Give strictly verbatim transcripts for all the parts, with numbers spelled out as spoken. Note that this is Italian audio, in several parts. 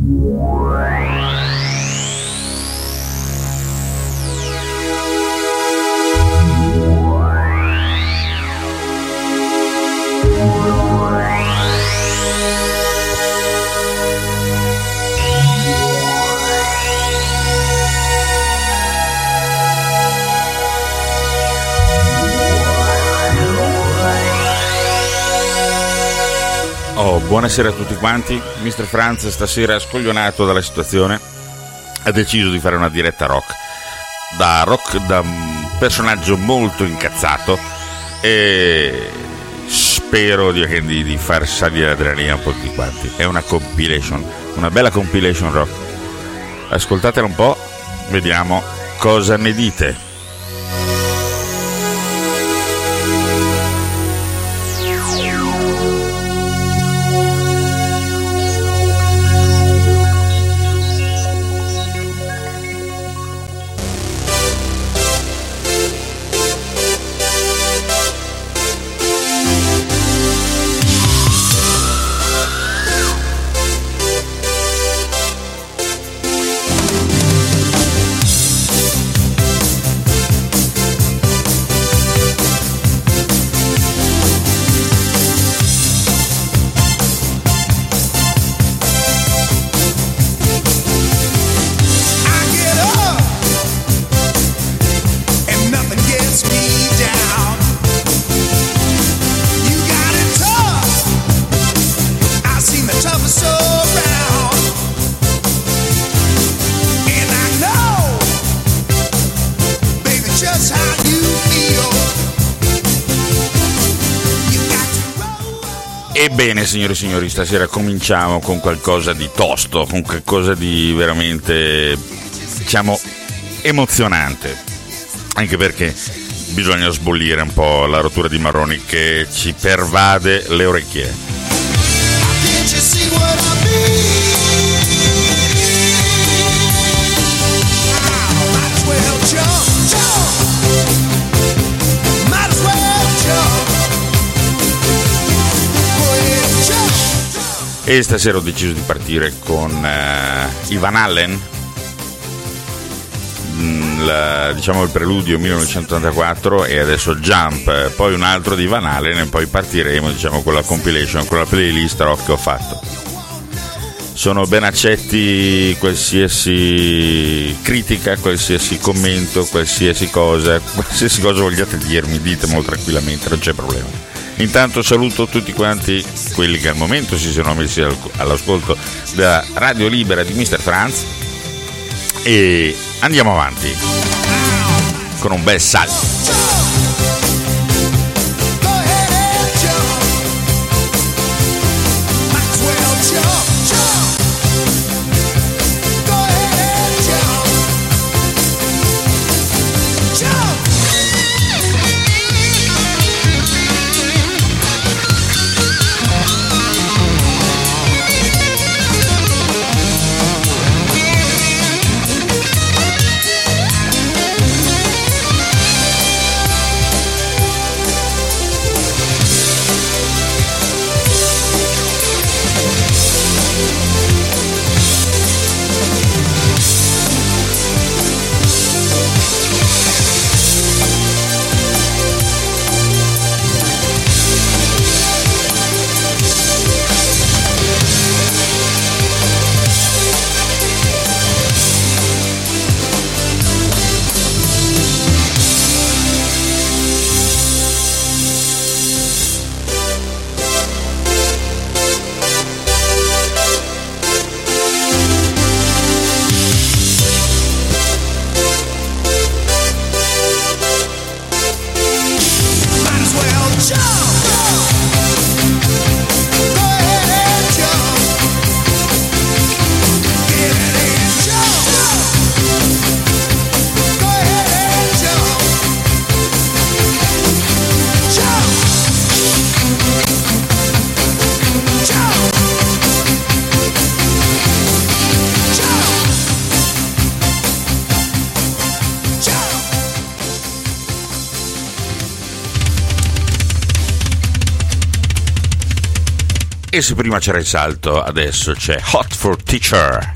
Oh, buonasera a tutti quanti. mister Franz, stasera scoglionato dalla situazione, ha deciso di fare una diretta rock. Da rock, da un personaggio molto incazzato, e spero di, di, di far salire l'adrenalina un po' tutti quanti. È una compilation, una bella compilation rock. Ascoltatela un po', vediamo cosa ne dite. Ebbene, signore e signori, stasera cominciamo con qualcosa di tosto, con qualcosa di veramente, diciamo, emozionante, anche perché bisogna sbollire un po' la rottura di marroni che ci pervade le orecchie. E stasera ho deciso di partire con uh, i Van Halen, la, diciamo il preludio millenovecentottantaquattro, e adesso Jump, poi un altro di Van Halen, e poi partiremo, diciamo, con la compilation, con la playlist rock che ho fatto. Sono ben accetti qualsiasi critica, qualsiasi commento, qualsiasi cosa, qualsiasi cosa vogliate dirmi, ditemelo tranquillamente, non c'è problema. Intanto saluto tutti quanti quelli che al momento si sono messi all'ascolto della Radio Libera di mister Franz, e andiamo avanti con un bel salto. E se prima c'era il salto, adesso c'è Hot for Teacher.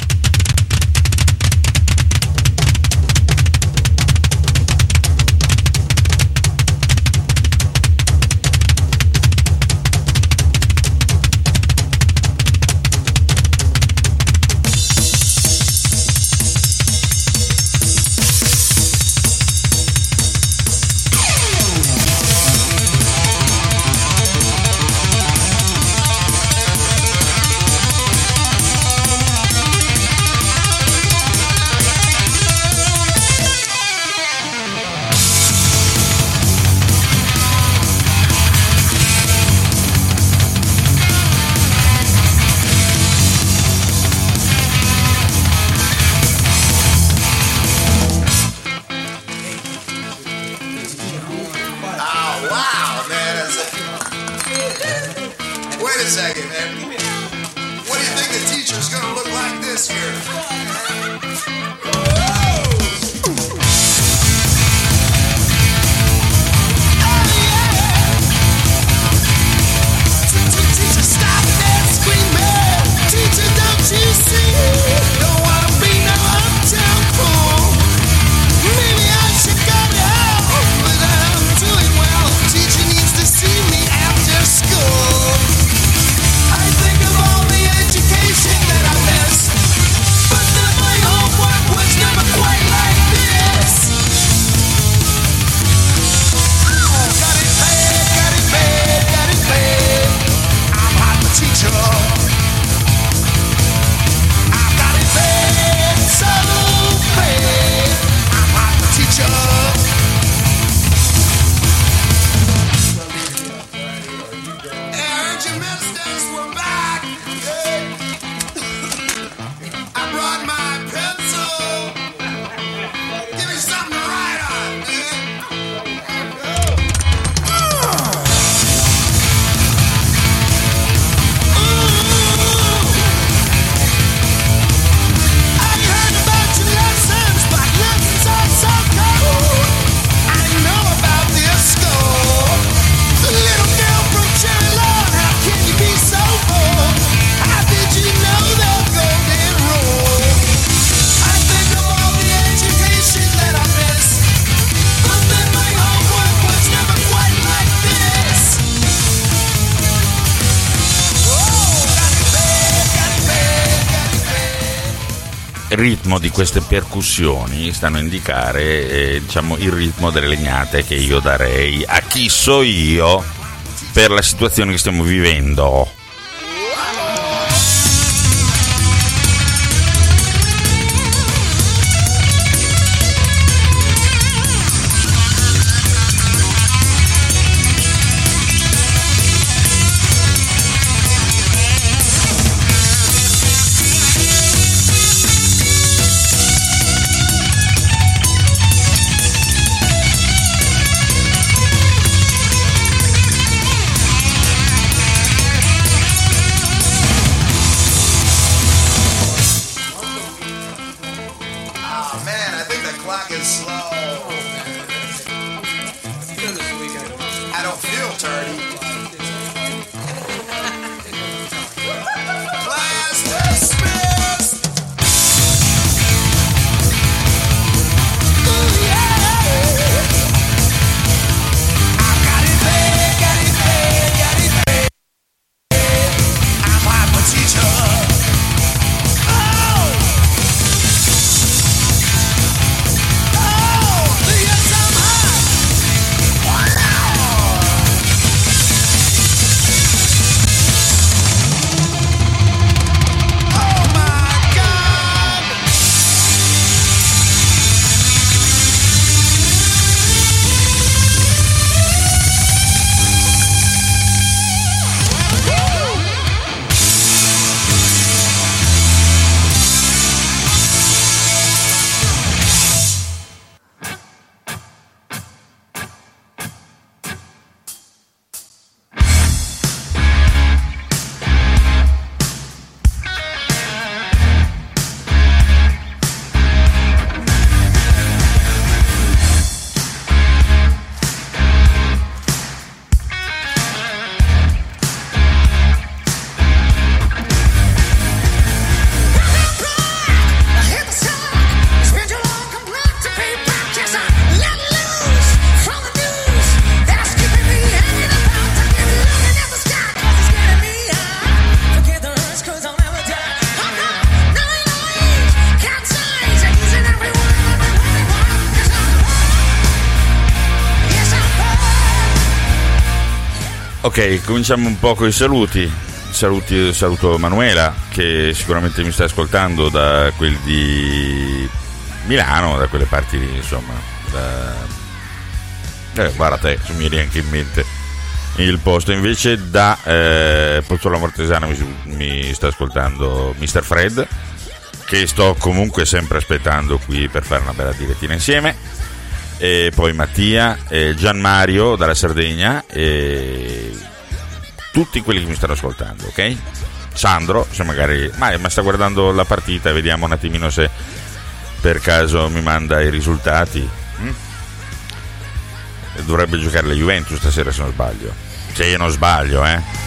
Il ritmo di queste percussioni stanno a indicare eh, diciamo il ritmo delle legnate che io darei a chi so io per la situazione che stiamo vivendo. Ok, cominciamo un po' con i saluti. Saluti, saluto Manuela, che sicuramente mi sta ascoltando da quel di Milano, da quelle parti lì, insomma. Da... Eh, guarda te, non mi viene anche in mente il posto. Invece da eh, Pozzola Mortesana mi, mi sta ascoltando mister Fred, che sto comunque sempre aspettando qui per fare una bella direttina insieme. E poi Mattia, e Gian Mario dalla Sardegna, e tutti quelli che mi stanno ascoltando, ok? Sandro, se magari ma, ma sta guardando la partita, vediamo un attimino se per caso mi manda i risultati. hm? Dovrebbe giocare la Juventus stasera, se non sbaglio. Se io non sbaglio, eh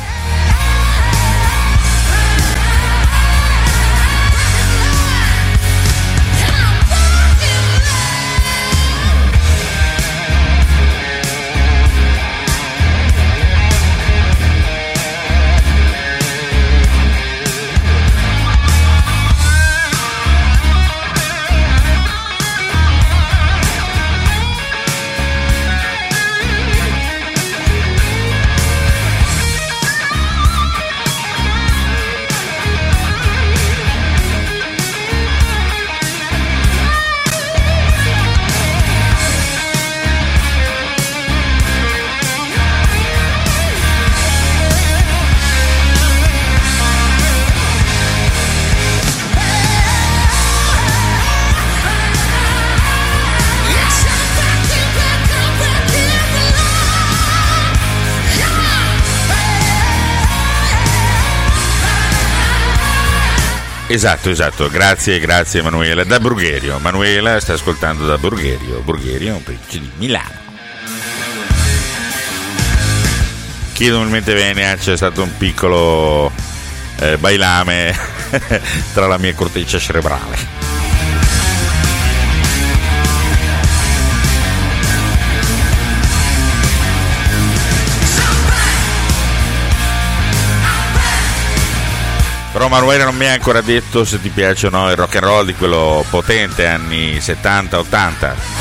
Esatto, esatto, grazie, grazie Emanuela, da Brugherio. Manuela sta ascoltando da Brugherio, Brugherio è un provincia di Milano. Chiedo umilmente bene, c'è stato un piccolo eh, bailame tra la mia corteccia cerebrale. Però Manuele non mi ha ancora detto se ti piace o no il rock and roll di quello potente anni settanta ottanta.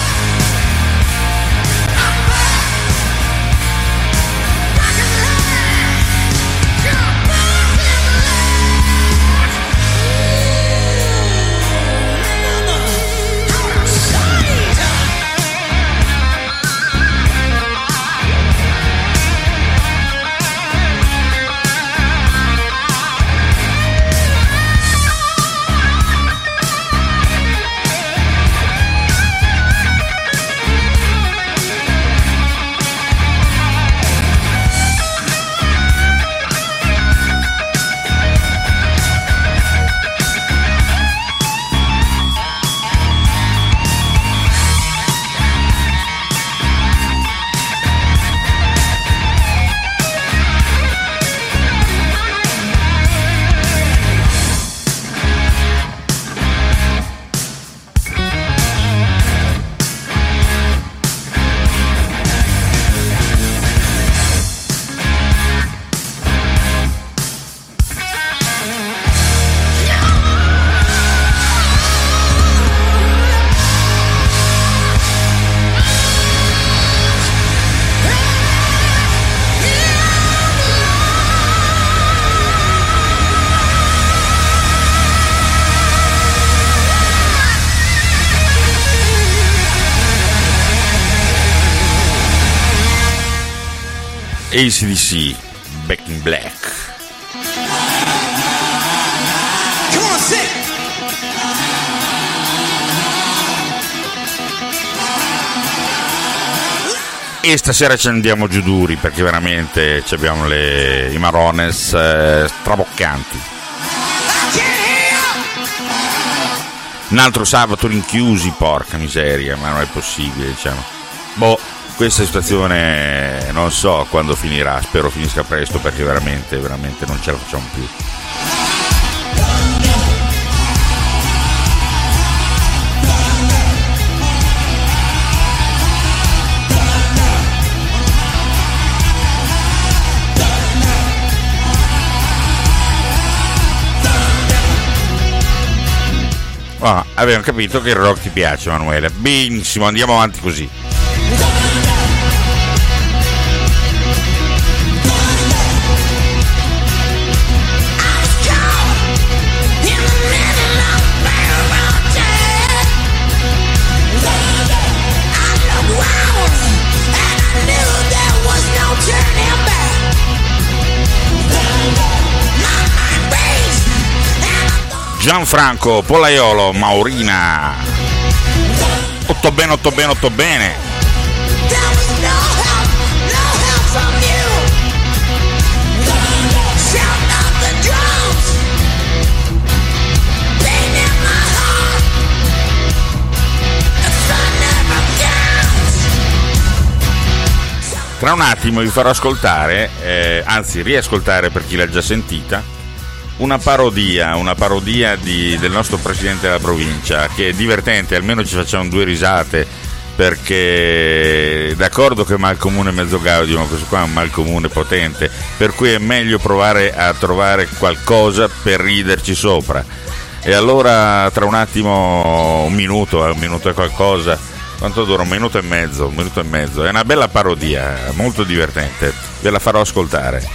A C D C, Back in Black. Come on, sit. E stasera ci andiamo giù duri perché veramente abbiamo le, i Marones eh, straboccanti. Un altro sabato rinchiusi, porca miseria, ma non è possibile, diciamo. Boh, questa situazione non so quando finirà, spero finisca presto perché veramente, veramente non ce la facciamo più. Ah, abbiamo capito che il rock ti piace, Emanuele. Benissimo, andiamo avanti così. Gianfranco Pollaiolo, Maurina. Otto bene, otto bene, otto bene. Tra un attimo vi farò ascoltare, eh, anzi riascoltare per chi l'ha già sentita, una parodia, una parodia di, del nostro presidente della provincia, che è divertente, almeno ci facciamo due risate, perché d'accordo che mal comune mezzo gaudio, ma questo qua è un mal comune potente, per cui è meglio provare a trovare qualcosa per riderci sopra. E allora tra un attimo, un minuto, un minuto e qualcosa, quanto dura? Un minuto e mezzo, un minuto e mezzo. È una bella parodia, molto divertente. Ve la farò ascoltare.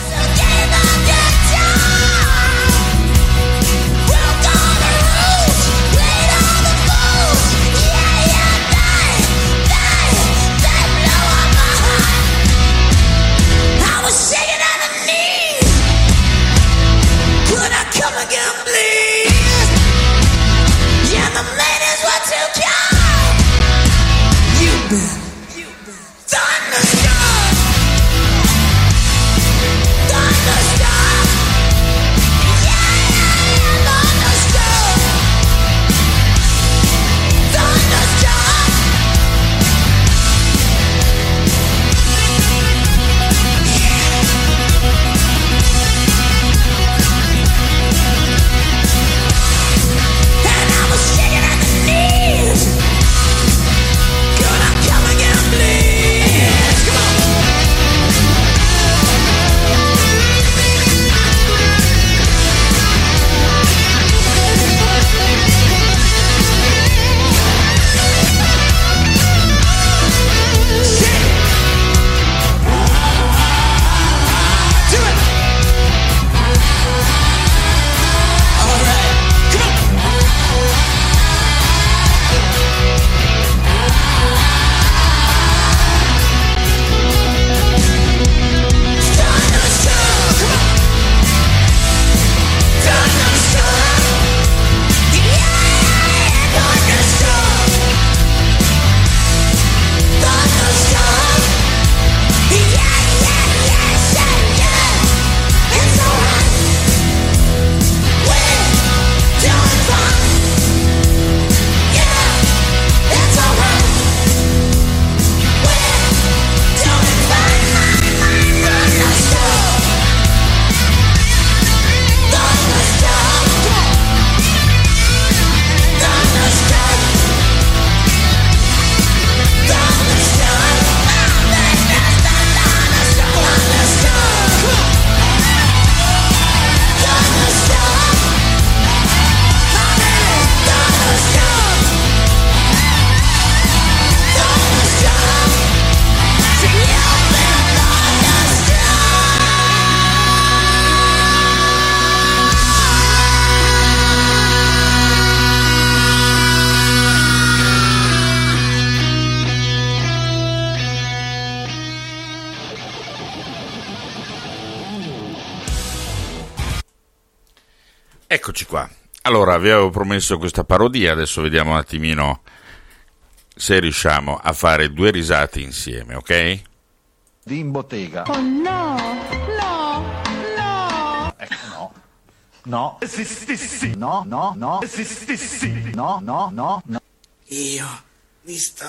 Eccoci qua. Allora, vi avevo promesso questa parodia, adesso vediamo un attimino se riusciamo a fare due risate insieme, ok? Di in bottega. Oh no, no, no. Ecco, no. No. Sì, sì, sì. No, no, no. Sì, sì, sì. No, no, no, no. Io mi sto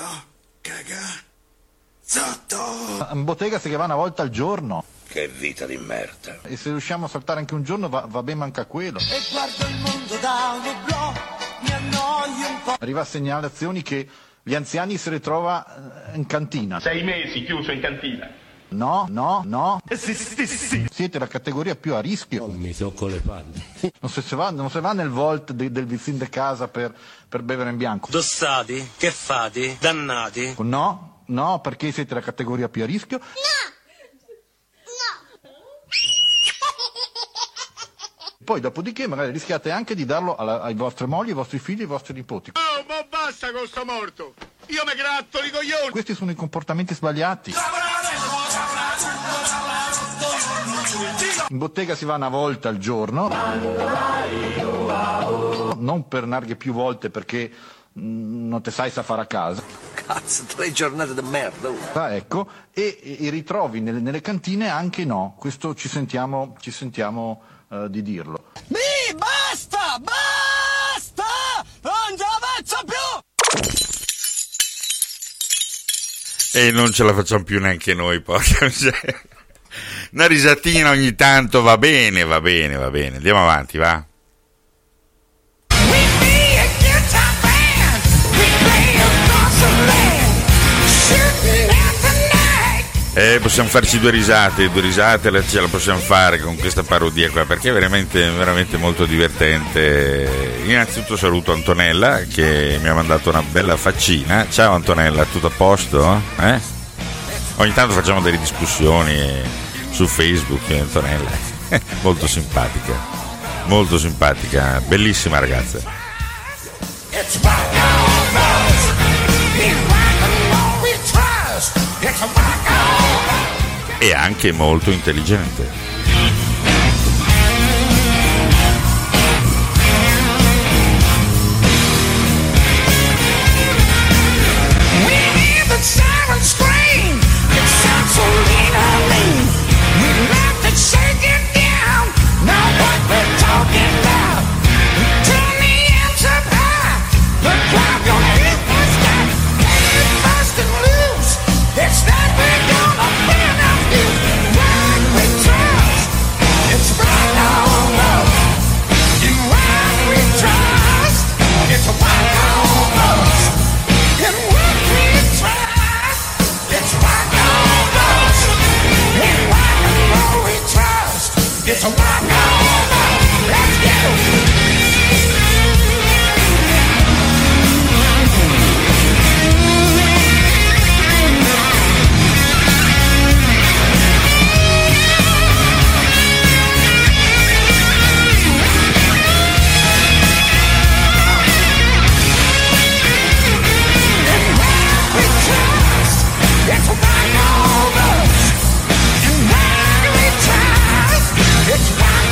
cagando. In bottega si che va una volta al giorno. Che vita di merda. E se riusciamo a saltare anche un giorno va, va bene manca quello. E guardo il mondo da uno blog, mi annoio un po'. Arriva segnalazioni che gli anziani si ritrova in cantina. Sei mesi chiuso in cantina. No, no, no. Sì, sì, sì. Siete la categoria più a rischio. Non mi tocco le palle. Non si va, non si va nel vault de, del vicino di casa per, per bere in bianco. Dossati? Che fate? Dannati? No, no, perché siete la categoria più a rischio. No! Poi dopodiché magari rischiate anche di darlo alla, ai vostri mogli, ai vostri figli, ai vostri nipoti. Oh, ma basta con sto morto! Io mi gratto i coglioni! Questi sono i comportamenti sbagliati. In bottega si va una volta al giorno, non per narghe più volte perché mh, non te sai sa fare a casa. Cazzo, tre giornate di merda. Ah, ecco, e, e i ritrovi nelle, nelle cantine anche no, questo ci sentiamo, ci sentiamo uh, di dirlo. Mi basta, basta, non ce la faccio più. E non ce la facciamo più neanche noi, porca miseria. Una risatina ogni tanto va bene, va bene, va bene. Andiamo avanti, va. Eh, possiamo farci due risate, due risate ce la possiamo fare con questa parodia qua, perché è veramente, veramente molto divertente. Innanzitutto saluto Antonella che mi ha mandato una bella faccina. Ciao Antonella, tutto a posto? Eh? Ogni tanto facciamo delle discussioni su Facebook, Antonella, molto simpatica, molto simpatica, bellissima ragazza. E anche molto intelligente. It's a rock on, let's go. It's rock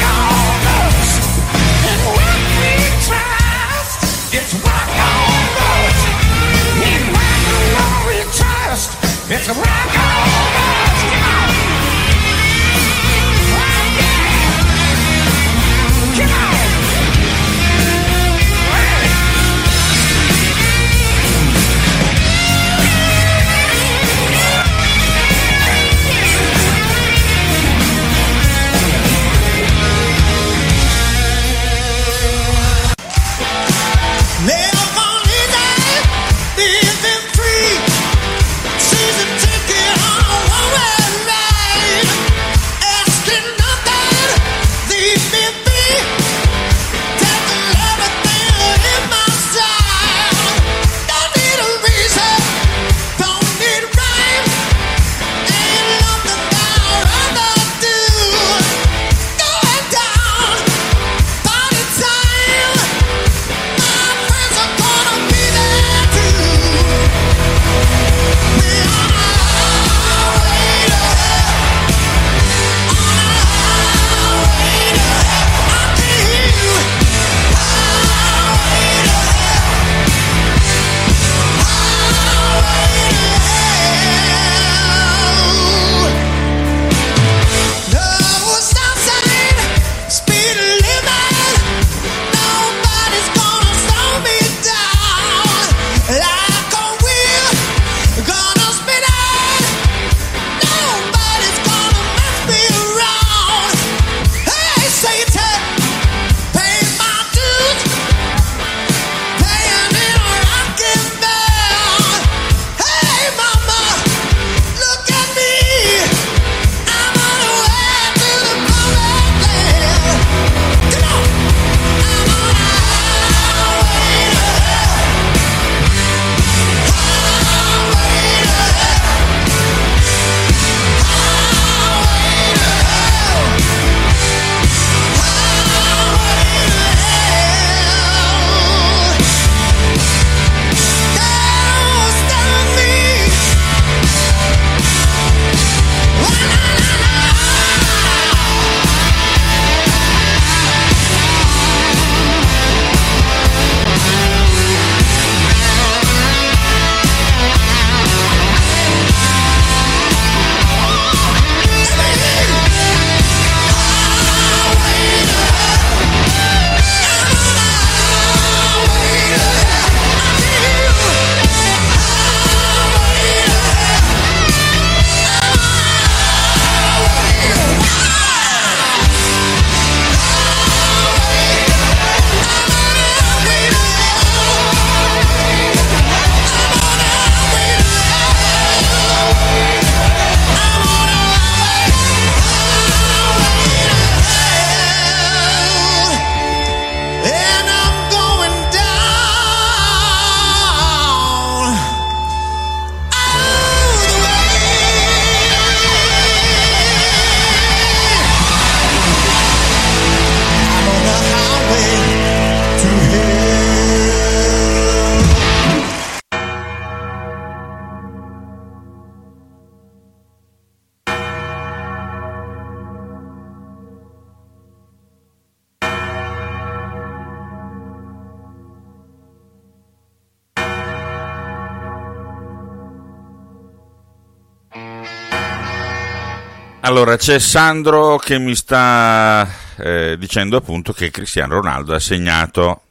Allora, c'è Sandro che mi sta eh, dicendo appunto che Cristiano Ronaldo ha segnato.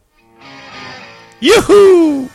Yuhu!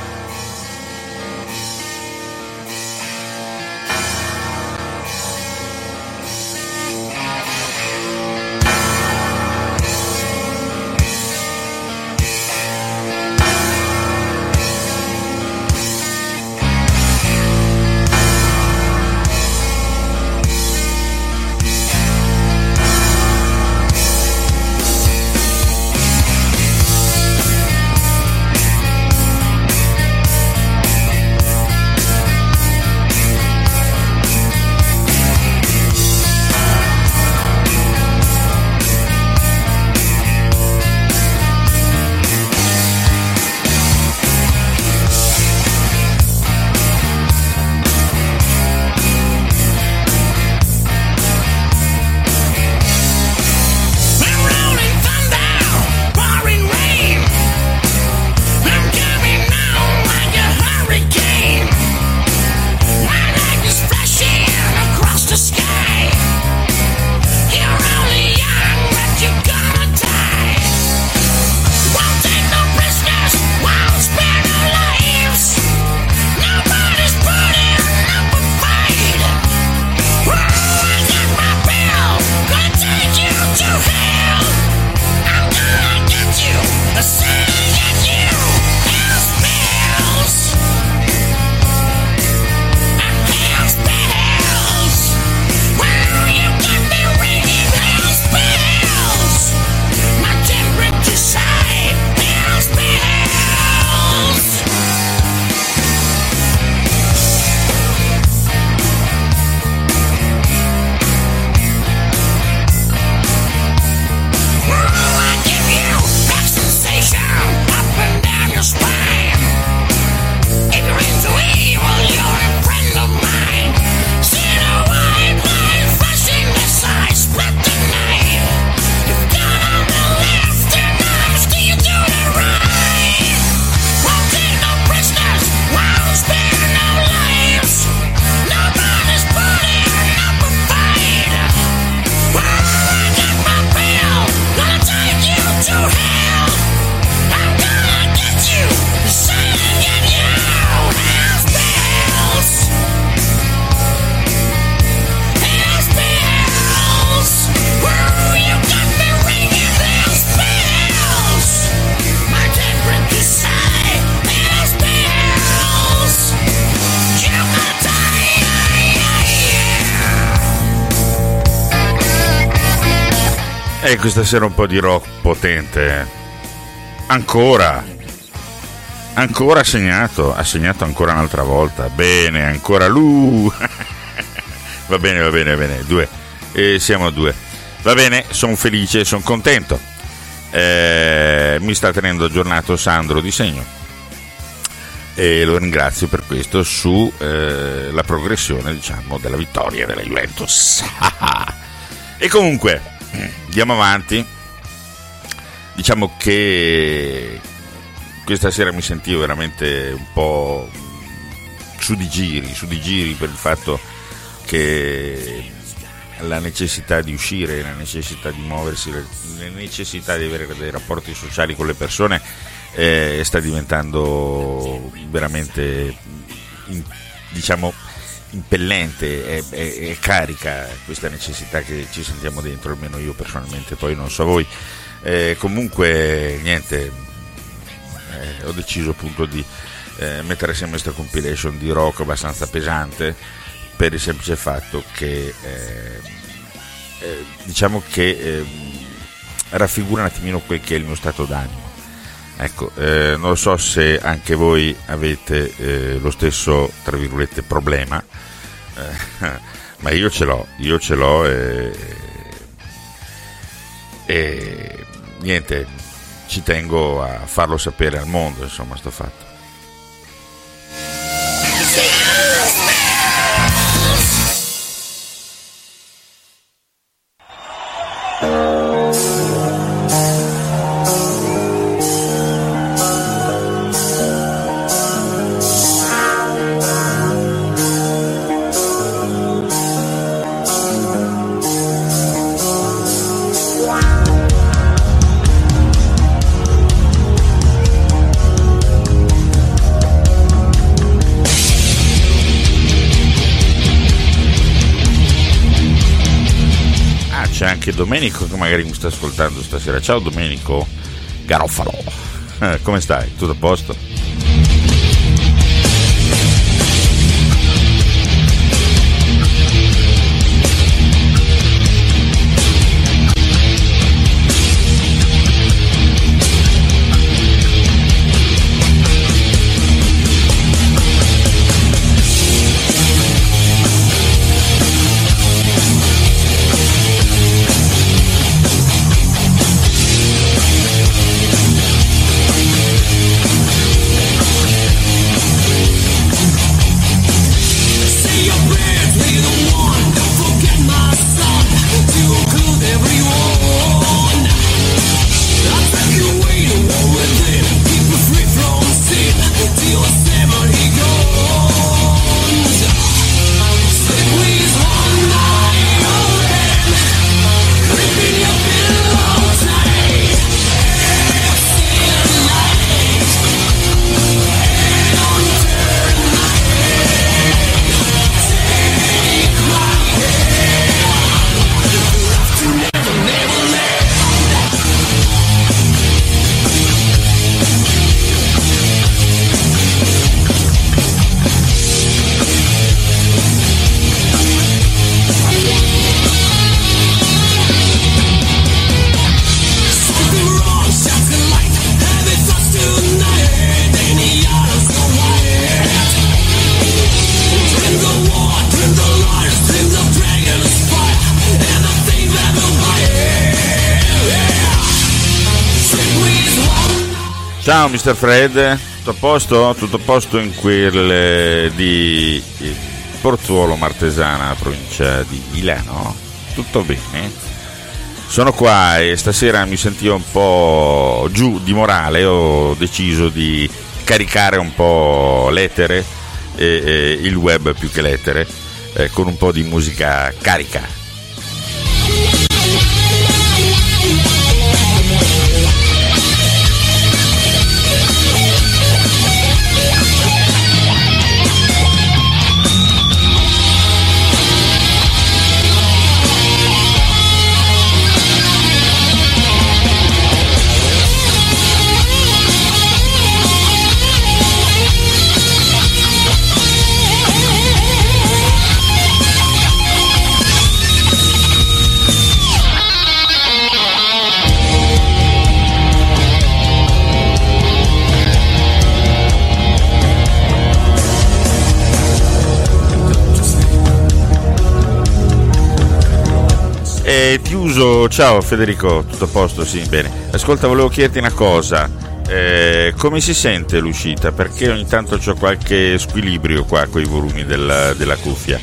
E questa sera un po' di rock potente. Ancora. Ancora ha segnato. Ha segnato ancora un'altra volta. Bene, ancora lui. Va bene, va bene, va bene. Due. E siamo a due. Va bene, sono felice, sono contento. Eh, mi sta tenendo aggiornato Sandro Di Segno. E lo ringrazio per questo su eh, la progressione, diciamo, della vittoria della Juventus. E comunque andiamo avanti. Diciamo che questa sera mi sentivo veramente un po' su di giri, su di giri per il fatto che la necessità di uscire, la necessità di muoversi, la necessità di avere dei rapporti sociali con le persone eh, sta diventando veramente, diciamo, impellente, è, è, è carica questa necessità che ci sentiamo dentro, almeno io personalmente, poi non so voi. Eh, comunque niente, eh, ho deciso appunto di eh, mettere assieme questa compilation di rock abbastanza pesante, per il semplice fatto che eh, eh, diciamo che eh, raffigura un attimino quel che è il mio stato d'animo. Ecco, eh, non lo so se anche voi avete eh, lo stesso, tra virgolette, problema, eh, ma io ce l'ho, io ce l'ho e, e niente, ci tengo a farlo sapere al mondo, insomma, sto fatto. c'è anche Domenico che magari mi sta ascoltando stasera. Ciao Domenico Garofalo, eh, come stai? Tutto a posto? Ciao mister Fred, tutto a posto? Tutto a posto in quel di Portuolo Martesana, provincia di Milano? Tutto bene? Sono qua e stasera mi sentivo un po' giù di morale, ho deciso di caricare un po' l'etere, e, e il web più che l'etere, eh, con un po' di musica carica. E ti uso, ciao Federico, tutto a posto? Sì, bene. Ascolta, volevo chiederti una cosa, eh, come si sente l'uscita? Perché ogni tanto c'ho qualche squilibrio qua con i volumi della, della cuffia.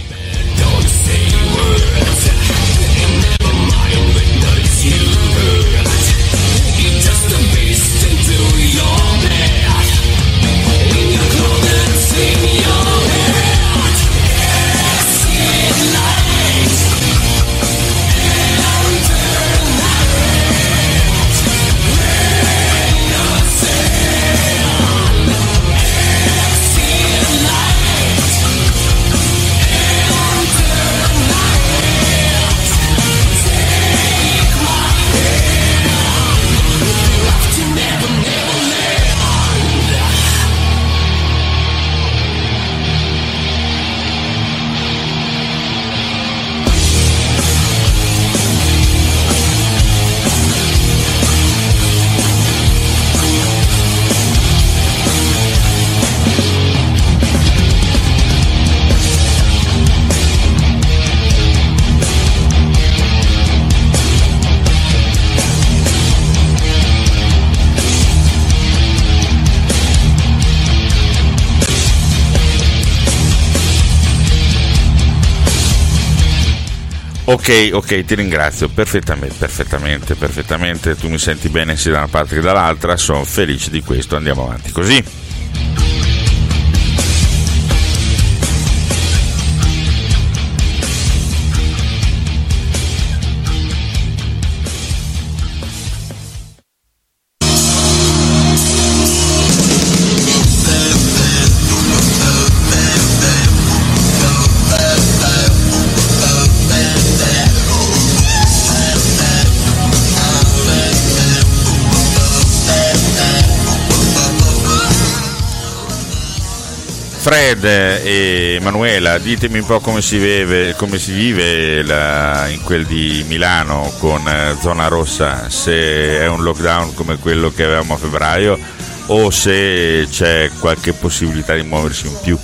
Ok, ok, ti ringrazio perfettamente, perfettamente, perfettamente. Tu mi senti bene sia da una parte che dall'altra, sono felice di questo, andiamo avanti così. Fred e Emanuela, ditemi un po' come si vive, come si vive la, in quel di Milano con eh, zona rossa, se è un lockdown come quello che avevamo a febbraio o se c'è qualche possibilità di muoversi in più.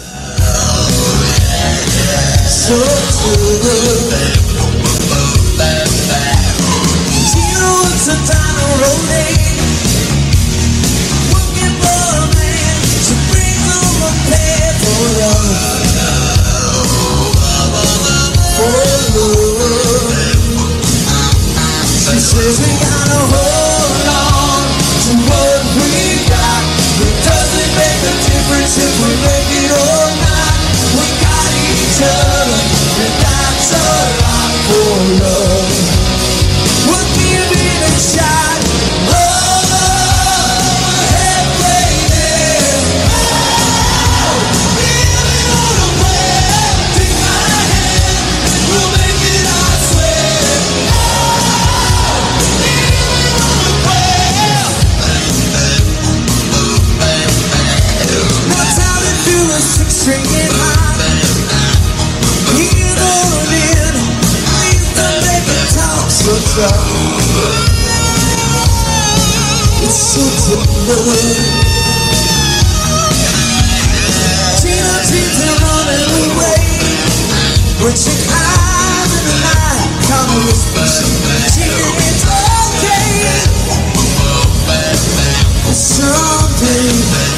Says we gotta hold on to what we got. It doesn't make a difference if we make it or not. We got each other, and that's a lot for love. We'll give it a shot. Oh, halfway there. Oh, feeling on the way. Take my hand, we'll make it, I swear. Stringing high, he's going in, please don't make it talk so tough. It's so tender. Gina treats him running away, when she cries in the night, come and whisper, Gina, it's okay. Someday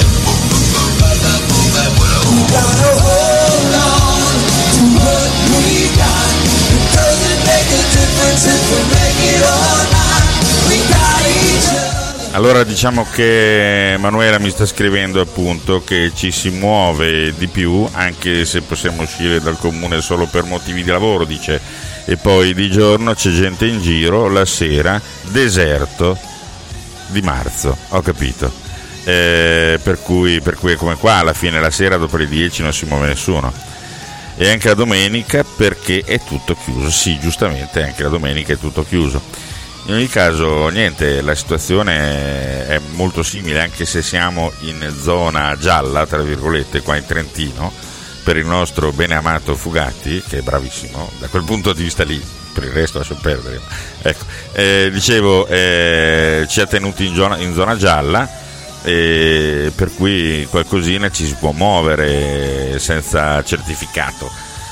we gotta hold on to what we got. It doesn't make a difference if we make it or not. We got each other. Allora diciamo che Manuela mi sta scrivendo appunto che ci si muove di più, anche se possiamo uscire dal comune solo per motivi di lavoro, dice, e poi di giorno c'è gente in giro, la sera deserto di marzo, ho capito. Eh, per cui per cui è come qua, alla fine la sera dopo le dieci non si muove nessuno, e anche la domenica perché è tutto chiuso. Sì, giustamente anche la domenica è tutto chiuso. In ogni caso niente, la situazione è molto simile, anche se siamo in zona gialla tra virgolette qua in Trentino per il nostro bene amato Fugatti, che è bravissimo da quel punto di vista lì, per il resto lascio perdere. Ecco, eh, dicevo eh, ci ha tenuti in zona, in zona gialla, e per cui qualcosina ci si può muovere senza certificato,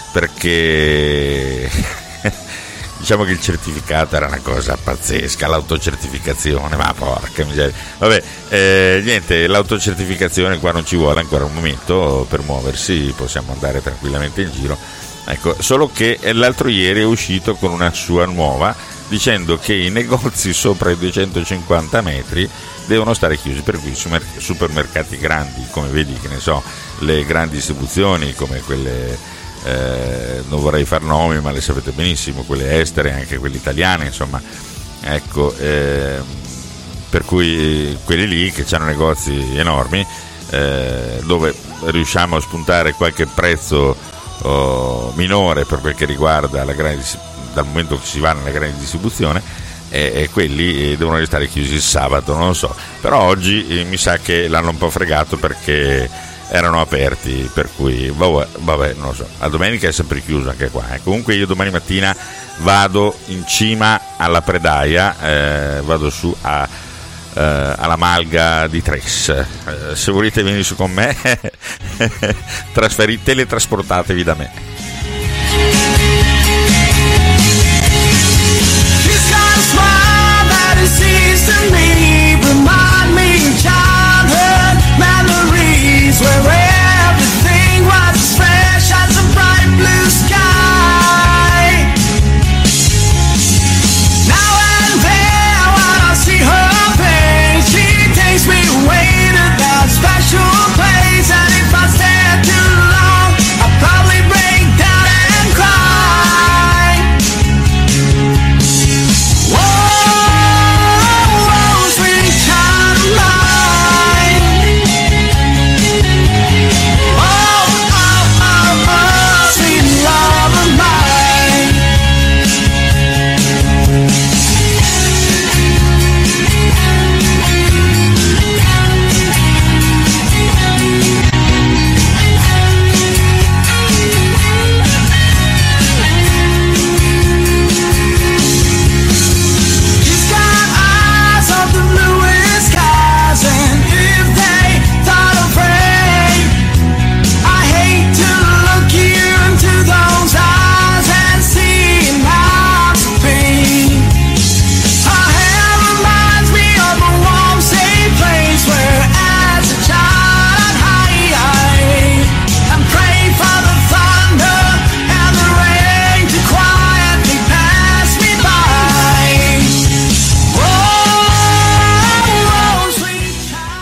perché diciamo che il certificato era una cosa pazzesca, l'autocertificazione, ma porca miseria. Vabbè, eh, niente, l'autocertificazione qua non ci vuole ancora un momento per muoversi, possiamo andare tranquillamente in giro. Ecco, solo che l'altro ieri è uscito con una sua nuova, dicendo che i negozi sopra i duecentocinquanta metri devono stare chiusi, per cui i supermercati grandi, come vedi, che ne so, le grandi distribuzioni come quelle, eh, non vorrei far nomi ma le sapete benissimo, quelle estere, anche quelle italiane, insomma, ecco, eh, per cui quelli lì che hanno negozi enormi, eh, dove riusciamo a spuntare qualche prezzo oh, minore per quel che riguarda la grande, dal momento che si va nella grande distribuzione, e quelli devono restare chiusi il sabato, non lo so, però oggi eh, mi sa che l'hanno un po' fregato perché erano aperti, per cui vabbè, vabbè non lo so, la domenica è sempre chiuso anche qua, eh. Comunque io domani mattina vado in cima alla predaia, eh, vado su a, eh, alla Malga di Tres, eh, se volete venire su con me trasferite, teletrasportatevi da me. Seems to me, remind me of childhood memories where everything was fresh as a bright blue sky. Now and then when I see her face, she takes me away to that special place, and if I stay too long, I'll probably break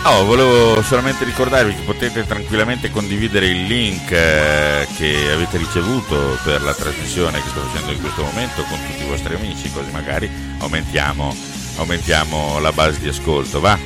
No, volevo solamente ricordarvi che potete tranquillamente condividere il link eh, che avete ricevuto per la trasmissione che sto facendo in questo momento con tutti i vostri amici, così magari aumentiamo, aumentiamo la base di ascolto, va?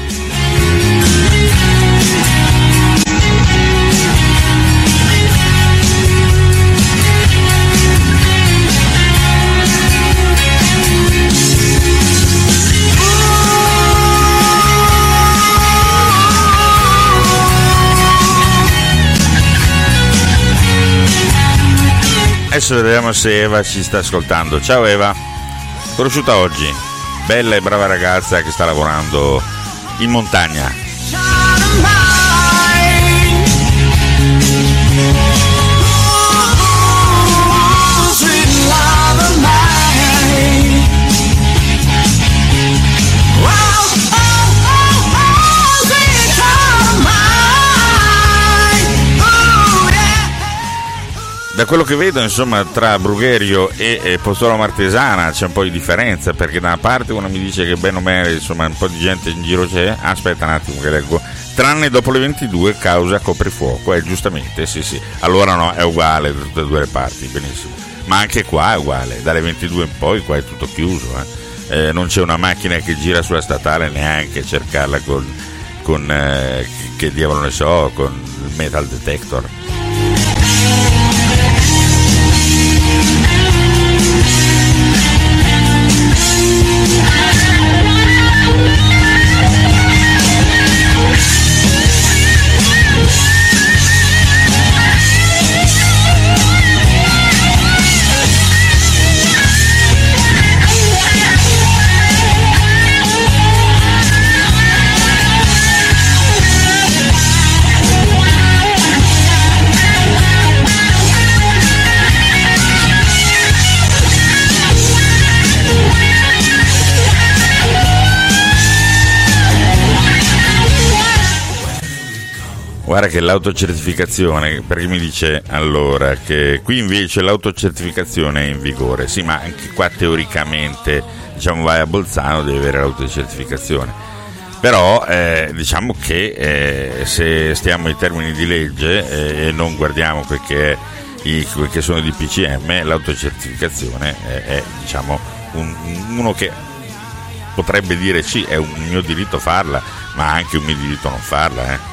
Adesso vediamo se Eva ci sta ascoltando. Ciao Eva, conosciuta oggi, bella e brava ragazza che sta lavorando in montagna. Da quello che vedo, insomma, tra Brugherio e, e Pozzolo Martesana c'è un po' di differenza, perché da una parte uno mi dice che bene o male, insomma, un po' di gente in giro c'è. Aspetta un attimo che leggo. Tranne dopo le ventidue causa coprifuoco, eh, giustamente, sì sì. Allora no, è uguale da tutte e due le parti, benissimo. Ma anche qua è uguale, dalle ventidue in poi qua è tutto chiuso, eh. Eh, non c'è una macchina che gira sulla statale, neanche cercarla con, con eh, che diavolo ne so, con il metal detector. Guarda che l'autocertificazione, perché mi dice allora che qui invece l'autocertificazione è in vigore, sì, ma anche qua teoricamente, diciamo, vai a Bolzano devi avere l'autocertificazione, però eh, diciamo che eh, se stiamo in termini di legge eh, e non guardiamo quel che, è i, quel che sono i D P C M, l'autocertificazione è, è diciamo un, uno che potrebbe dire sì, è un mio diritto farla, ma anche un mio diritto non farla, eh.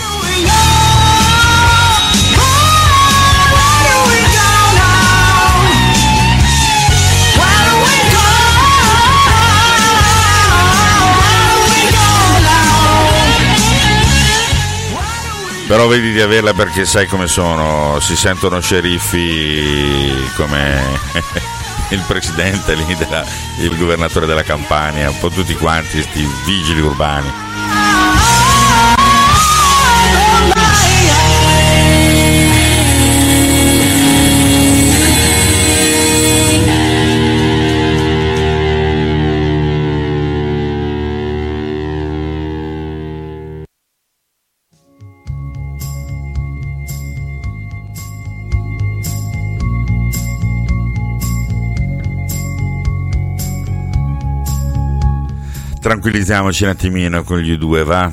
Però vedi di averla, perché sai come sono, si sentono sceriffi come il presidente lì, della, il governatore della Campania, un po' tutti quanti sti vigili urbani. Tranquillizziamoci un attimino con gli due, va?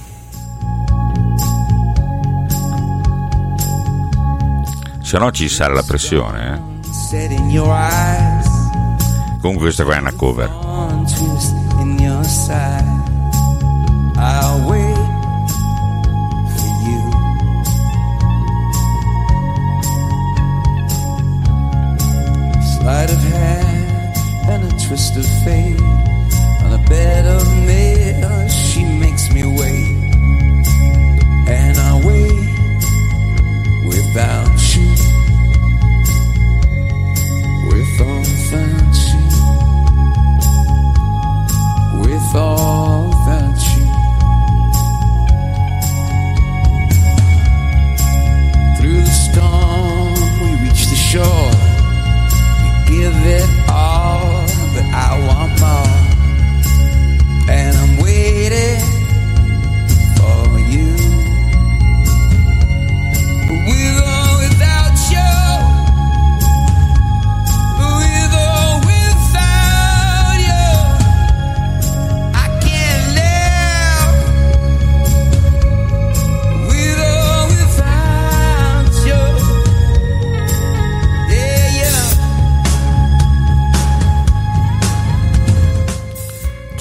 Se no ci sale la pressione, eh? Comunque questa qua è una cover. Sleight of hand and a twist of fate. On a bed of nails, she makes me wait, and I wait without you, with or without you, with or without you. Through the storm, we reach the shore. We give it all, but I want more. And I'm waiting for you. But we're going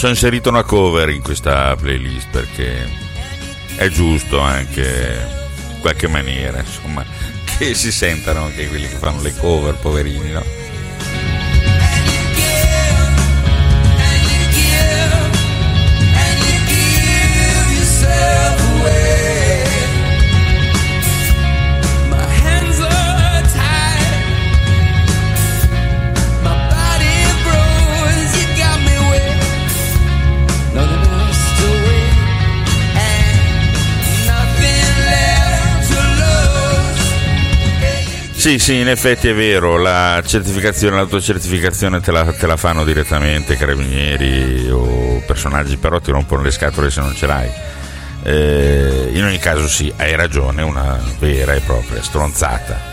ci ho inserito una cover in questa playlist perché è giusto anche in qualche maniera, insomma, che si sentano anche quelli che fanno le cover, poverini, no? Sì, sì, in effetti è vero, la certificazione, l'autocertificazione te la, te la fanno direttamente carabinieri o personaggi, però ti rompono le scatole se non ce l'hai. Eh, in ogni caso sì, hai ragione, una vera e propria stronzata.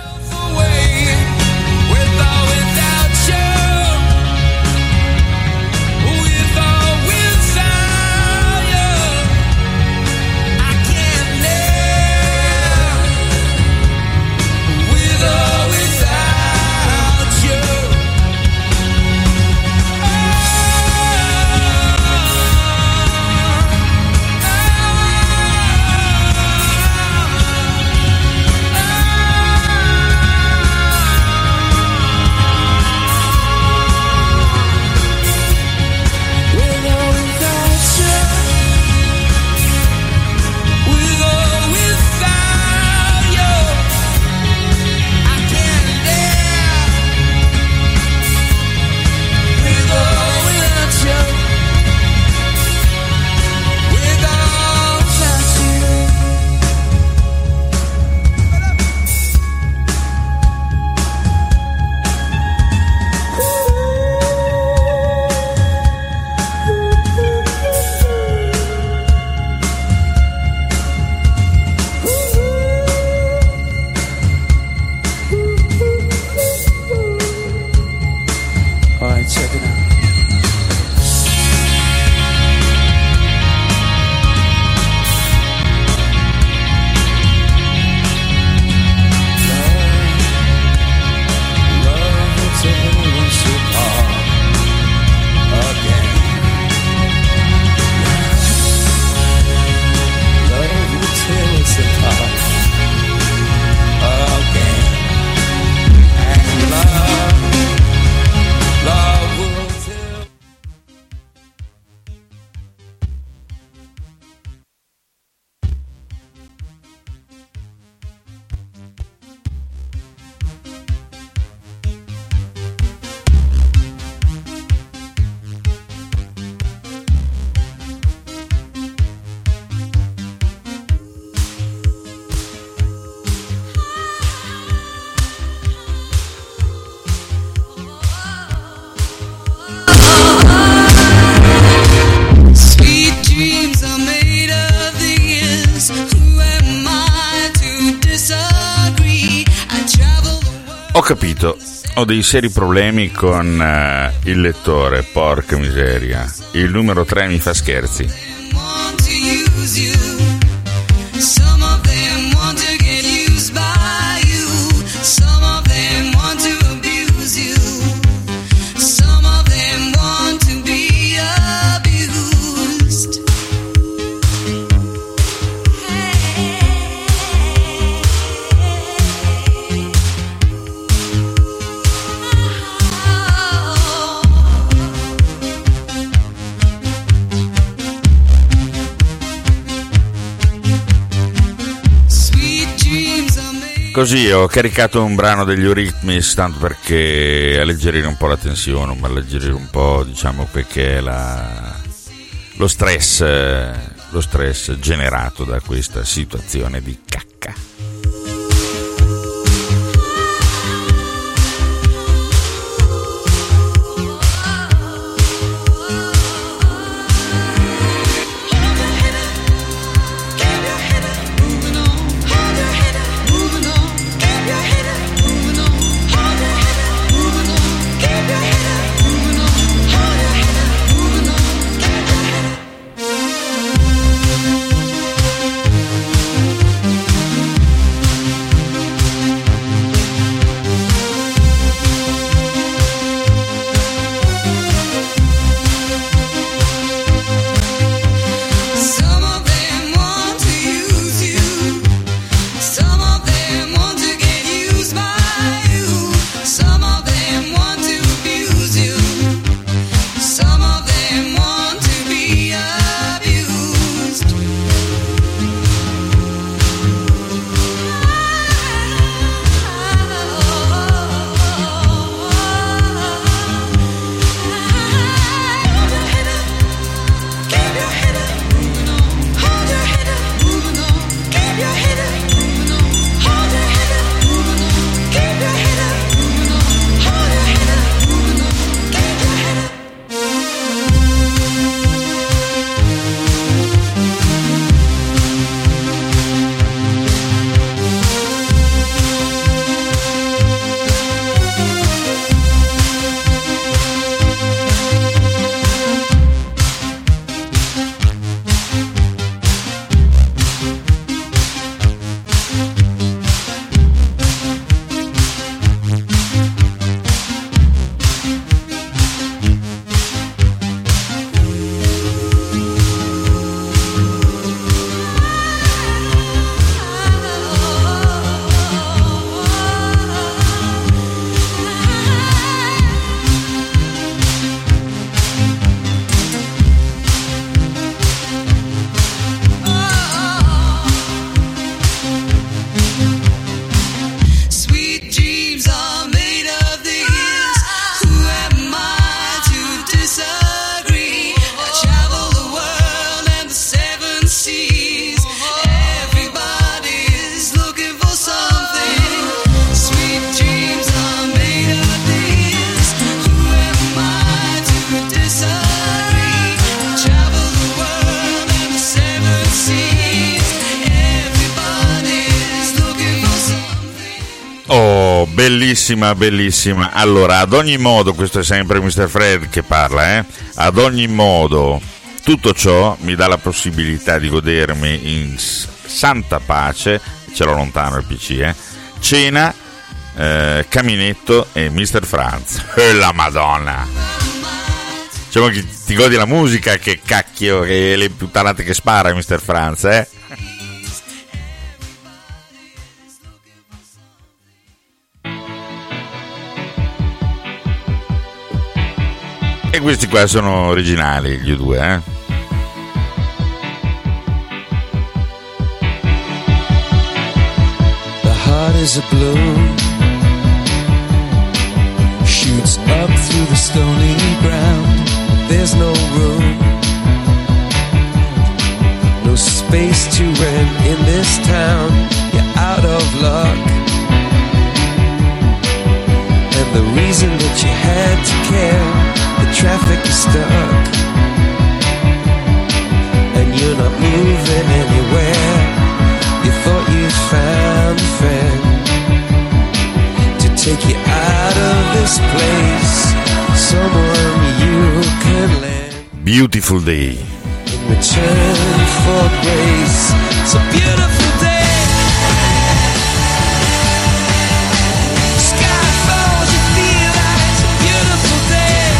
Ho capito, ho dei seri problemi con uh, il lettore, porca miseria. Il numero tre mi fa scherzi. Così ho caricato un brano degli Eurythmics tanto perché alleggerire un po' la tensione, ma alleggerire un po', diciamo, perché la, lo stress lo stress generato da questa situazione di cacca. bellissima, bellissima. Allora, ad ogni modo, questo è sempre mister Fred che parla, eh? Ad ogni modo, tutto ciò mi dà la possibilità di godermi in santa pace, ce l'ho lontano il P C, eh? Cena, eh, caminetto e mister Franz. E la Madonna! Diciamo che ti godi la musica, che cacchio, che le puttanate che spara mister Franz, eh? E questi qua sono originali, gli U due, eh? The heart is a balloon, shoots up through the stony ground. There's no room, no space to rent in this town. You're out of luck, and the reason that you had to care, the traffic is stuck, and you're not moving anywhere. You thought you'd found a friend to take you out of this place, someone you could lend. Beautiful day. In return for grace, it's a beautiful day. Sky falls, you feel like it's a beautiful day.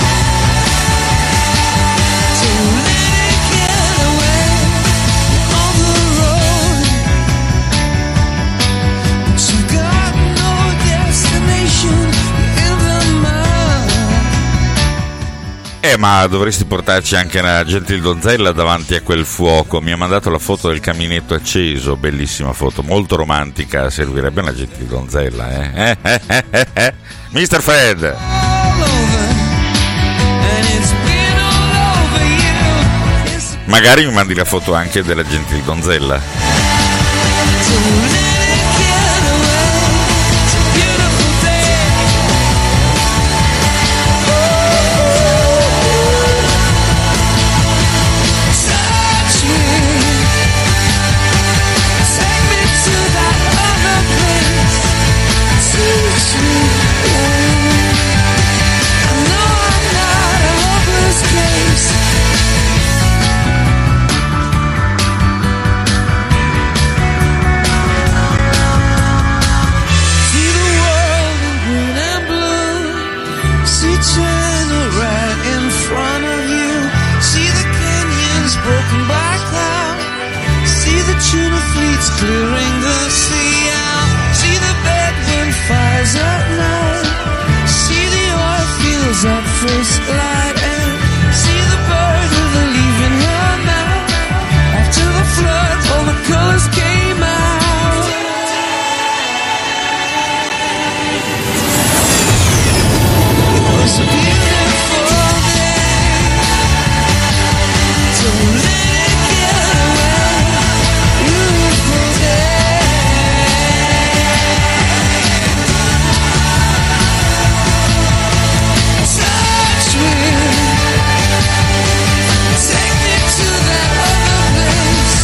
So let it get away on the road, but you got no destination in the mud. Eh, ma dovresti portarci anche una gentil donzella davanti a quel fuoco. Mi ha mandato la foto del caminetto acceso, bellissima foto, molto romantica. Servirebbe una gentil donzella, eh? Eh, eh, eh, eh, eh. mister Fred! All over, and it's been all over you. It's Magari mi mandi la foto anche della gentil donzella. to let it get away. It's a beautiful day. Touch me, take me to that other place. Teach me. I know I'm not a hopeless case. See the world in green and blue. See China right in front of you. See the canyons broken by cloud. See the tuna fleets clearing the sea out. See the bedroom fires at night. See the oil fields at first light. And see the bird with a leaf in her mouth. After the flood, all the colors came out. It was a beautiful day. So let it get away. Beautiful day. Touch me, take me to that other place.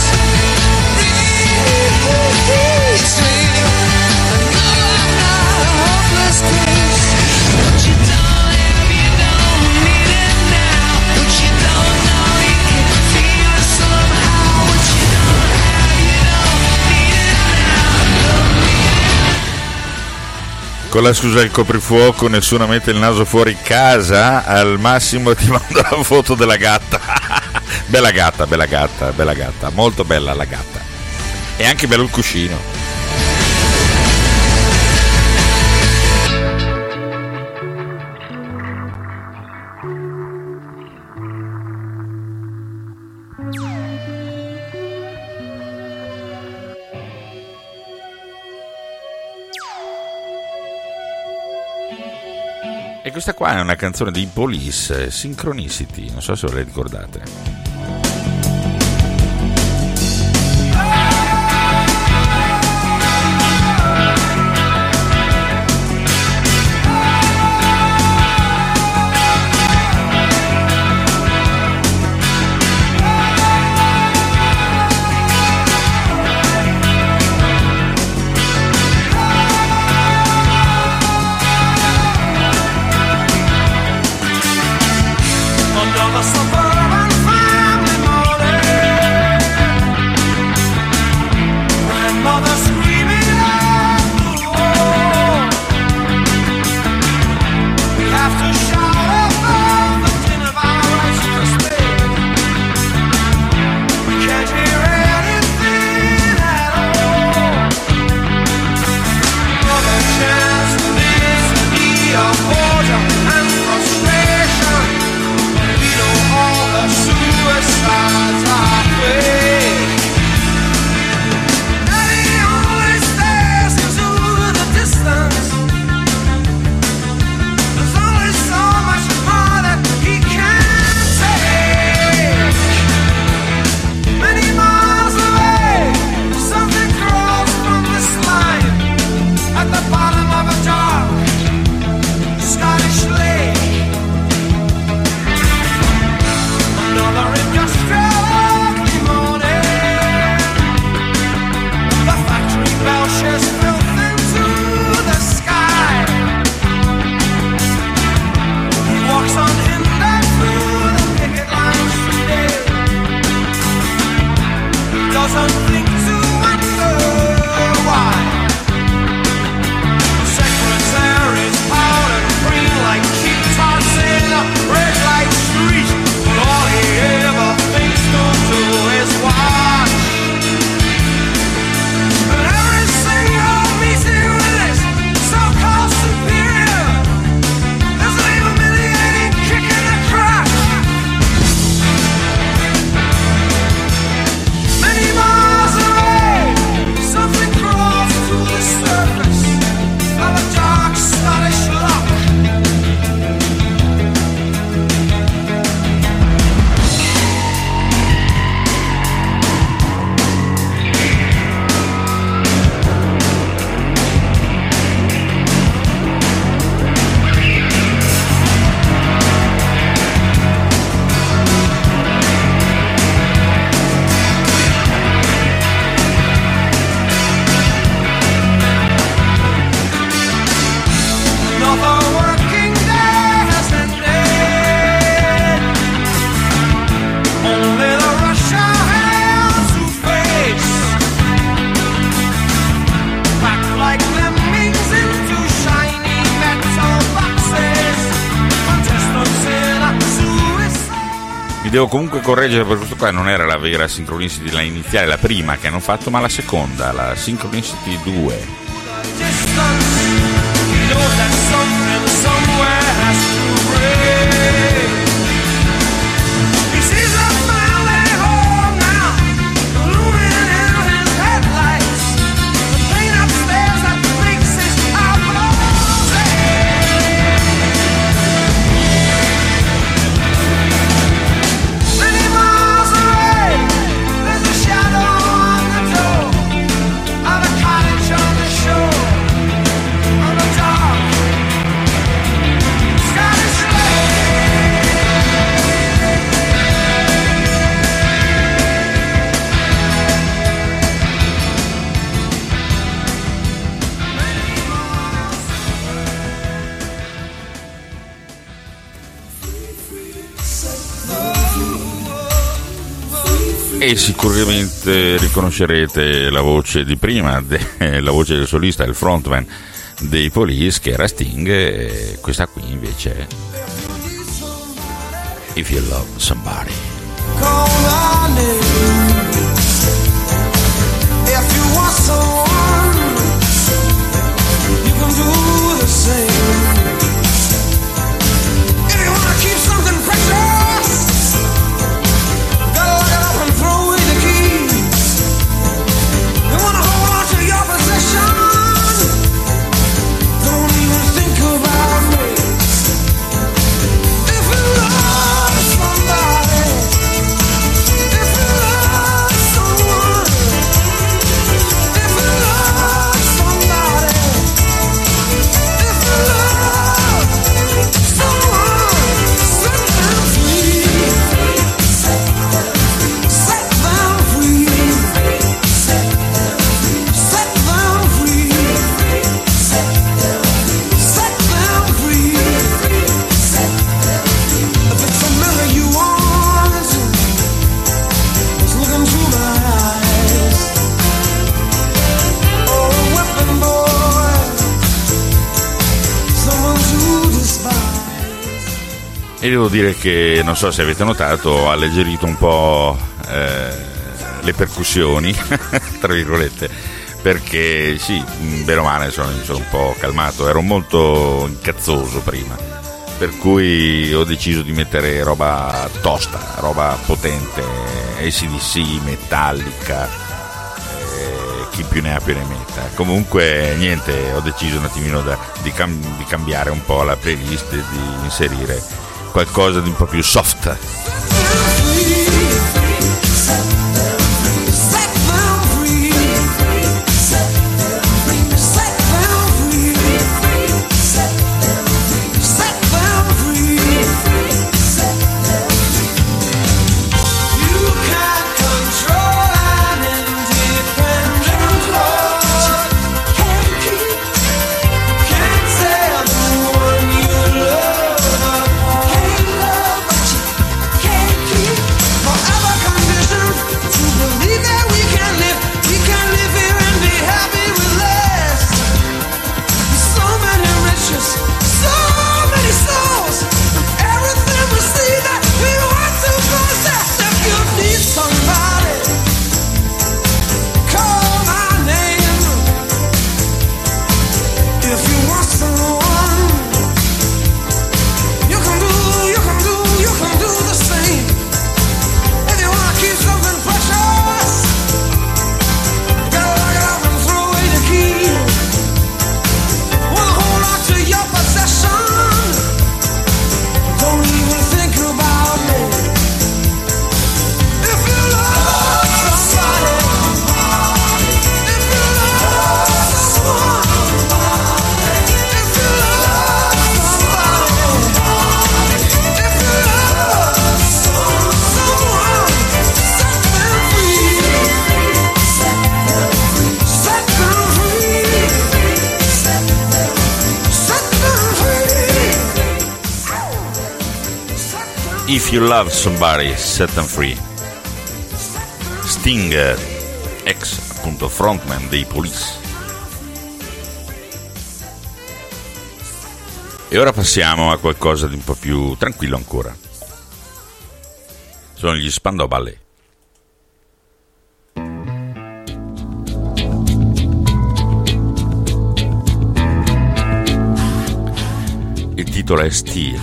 Reach me, I know I'm not a hopeless case. What you don't have, you don't need it now. What you don't know, you can feel it somehow. What you don't have, you don't need it now. Con la scusa del coprifuoco nessuno mette il naso fuori casa, al massimo ti mando la foto della gatta. Bella gatta, bella gatta, bella gatta, molto bella la gatta. E anche bello il cuscino. E questa qua è una canzone dei Police, Synchronicity, non so se ve le ricordate. devo comunque correggere, per questo qua non era la vera Synchronicity, la iniziale, la prima che hanno fatto, ma la seconda, la Synchronicity due. E sicuramente riconoscerete la voce di prima, de, la voce del solista, il frontman dei Police, che era Sting, e questa qui invece è If You Love Somebody. If you want someone, you can do the same. If you want to keep something precious, gotta lock it up and throw away the key. You want to hold on to your possession, don't even think about me. If you love somebody, if you love someone, if you love somebody, if you love someone, set them free, set them free, set them free, set them free. If it's a mirror you want, just look into my eyes. Or a weapon, boy, someone to despise. E devo dire che, non so se avete notato, ho alleggerito un po' eh, le percussioni, tra virgolette, perché sì, bene o male sono, sono un po' calmato, ero molto incazzoso prima, per cui ho deciso di mettere roba tosta, roba potente, A C D C, Metallica, eh, chi più ne ha più ne metta. Comunque niente, ho deciso un attimino da, di, cam- di cambiare un po' la playlist e di inserire qualcosa di un po' più soft. If You Love Somebody, Set Them Free. Sting, ex appunto frontman dei Police. E ora passiamo a qualcosa di un po' più tranquillo ancora. Sono gli Spandau Ballet. Il titolo è Steel.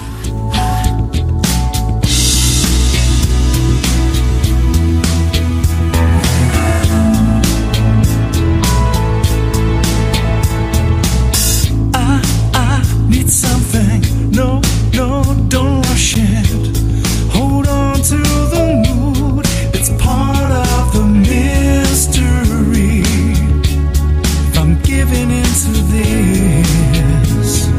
I, I need something. No, no, don't rush it. Hold on to the mood. It's part of the mystery. If I'm giving into this,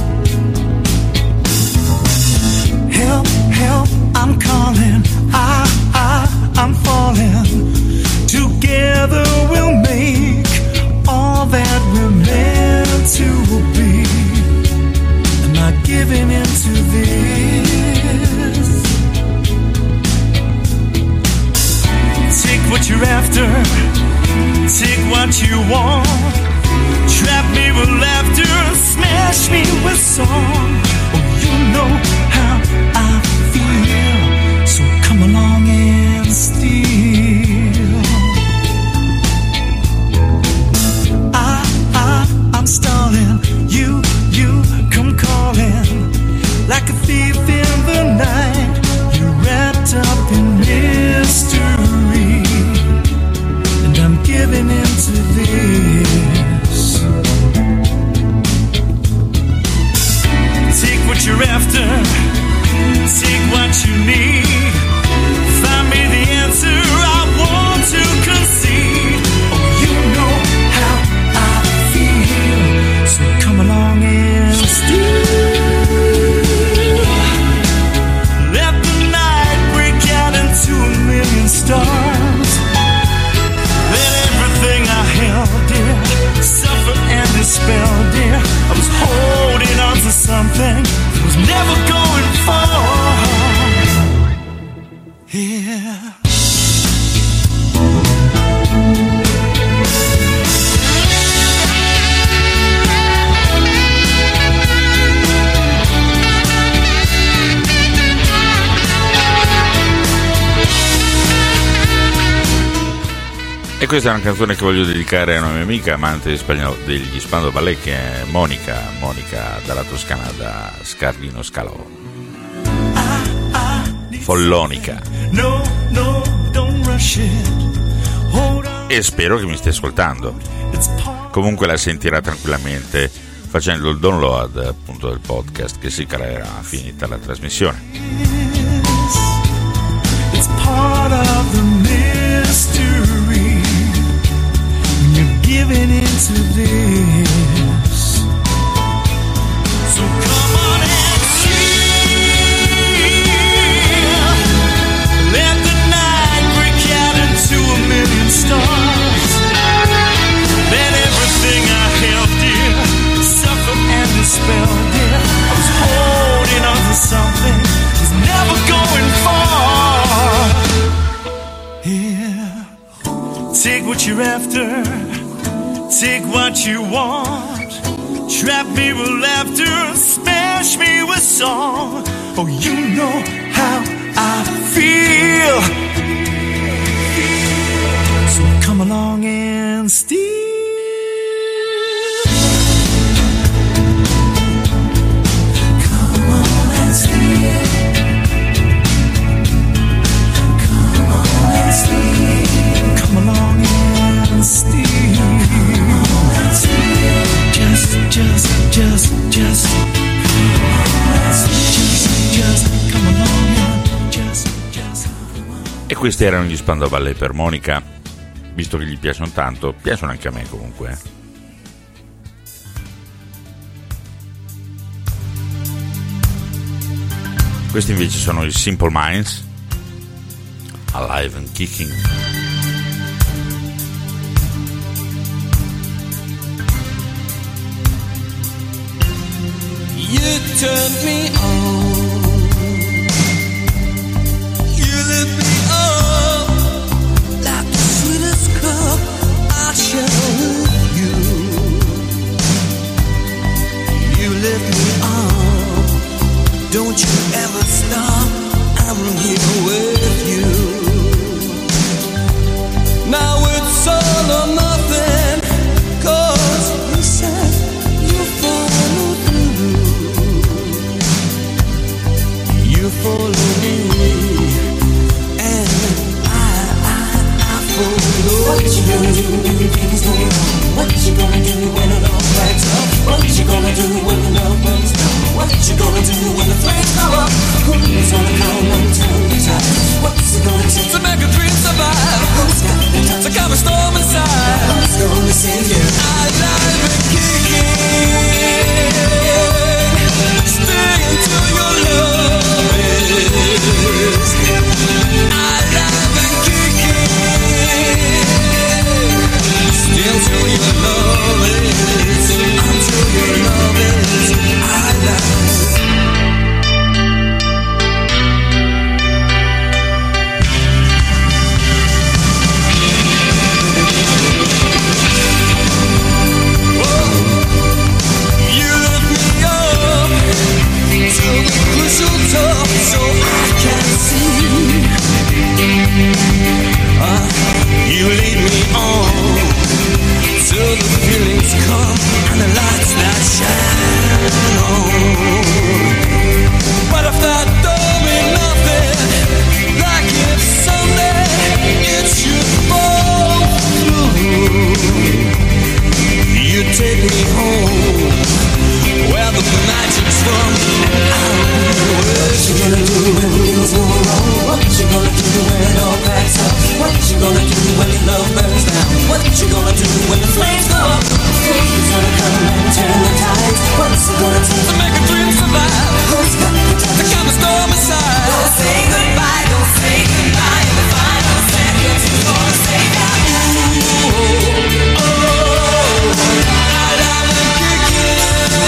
help, help, I'm calling. I, I, I'm falling. Together we'll make all that we're meant to be. Am I giving into this? Take what you're after. Take what you want. Trap me with laughter. Smash me with song. Oh, you know how I feel. So come along and steal. I, I, I'm stalling. You, you come calling. Like a thief in the night. You're wrapped up in mystery. And I'm giving into this. Take what you're after. Take what you need. Find me the answer I want to concede. Oh, you know how I feel. So come along and steal. Let the night break out into a million stars. Let everything I held dear suffer and dispel, dear. I was holding on to something that was never going far. Yeah. E questa è una canzone che voglio dedicare a una mia amica amante degli Spandau Ballet, che è Monica, Monica dalla Toscana, da Scarlino Scalò. Follonica. E spero che mi stia ascoltando. Comunque la sentirà tranquillamente facendo il download appunto del podcast che si creerà finita la trasmissione. It's part of the mystery. You're giving into this. So come on and steal. Let the night break out into a million stars. Let everything I held dear suffer and dispel, dear. I was holding on to something that's never going far. Yeah. Take what you're after. Take what you want. Trap me with laughter. Smash me with song. Oh, you know how I feel. So come along and steal. Come on and steal. Come on and steal. Come along and steal. Just, just, just, just, just, just come along and just, just. E questi erano gli Spandau Ballet per Monica, visto che gli piacciono tanto, piacciono anche a me comunque. Questi invece sono i Simple Minds, Alive and Kicking. You turned me on. You lit me up like the sweetest cup I share with you. You lit me on. Don't you ever stop. I'm here with you. Now it's all or nothing, 'cause you said you follow through. You follow me, and I, I, I follow. What you gonna do when things go wrong? What you gonna do when it all backs up? What you gonna do when the love burns down? What you gonna do when the flames go up? Who's gonna come and turn the tide? What's it gonna take to make a dream survive? Who's got the time to calm a storm inside? Who's gonna save you? Alive and kicking. Stay until your love is alive and kicking. Stay until your love is, until your love is alive. So I can see, uh, you lead me on till the feelings come and the lights that shine on. But if that don't mean nothing, like if someday it should fall through, you take me home where the magic's from, and I'm what you gonna do when things go wrong? What you gonna do when it all backs up? What you gonna do when your love burns down? What you gonna do when the flames go up? Who's gonna come and turn the tides? What's it gonna take to make a dream survive? Who's got the time to calm a storm inside? Don't say goodbye, don't say goodbye. The final seconds is gonna say that. Ooh, oh, oh, I love and kicking.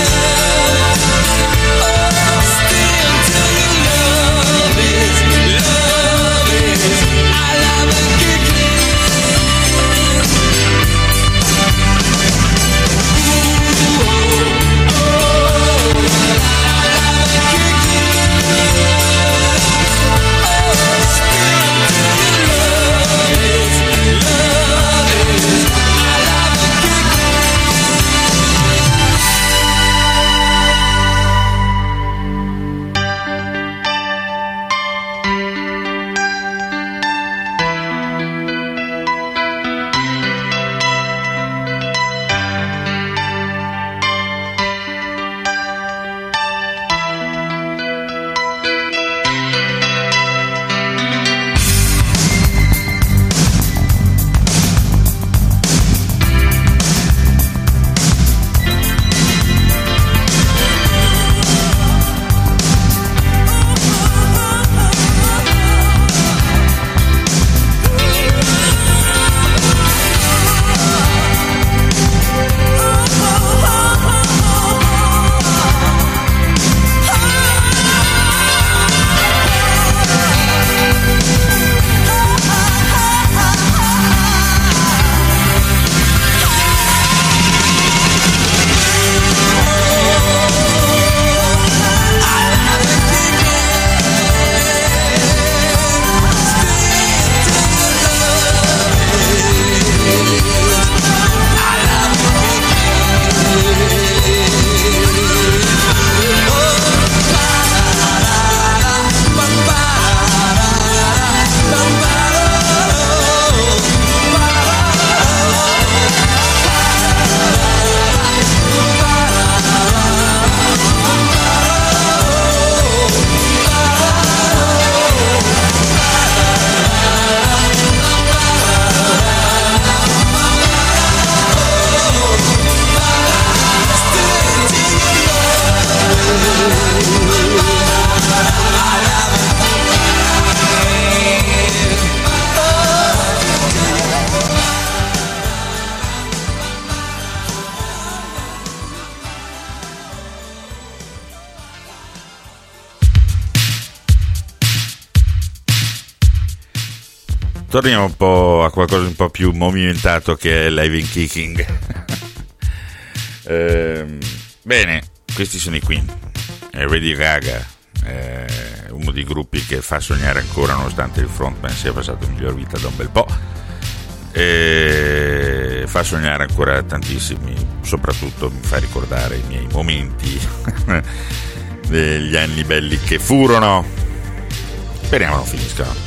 Torniamo un po' a qualcosa un po' più movimentato che è Live in Kicking. eh, bene, questi sono i Queen, eh, Lady Gaga, eh, uno dei gruppi che fa sognare ancora nonostante il frontman sia passato miglior vita da un bel po', e fa sognare ancora tantissimi, soprattutto mi fa ricordare i miei momenti degli anni belli che furono. Speriamo non finiscano.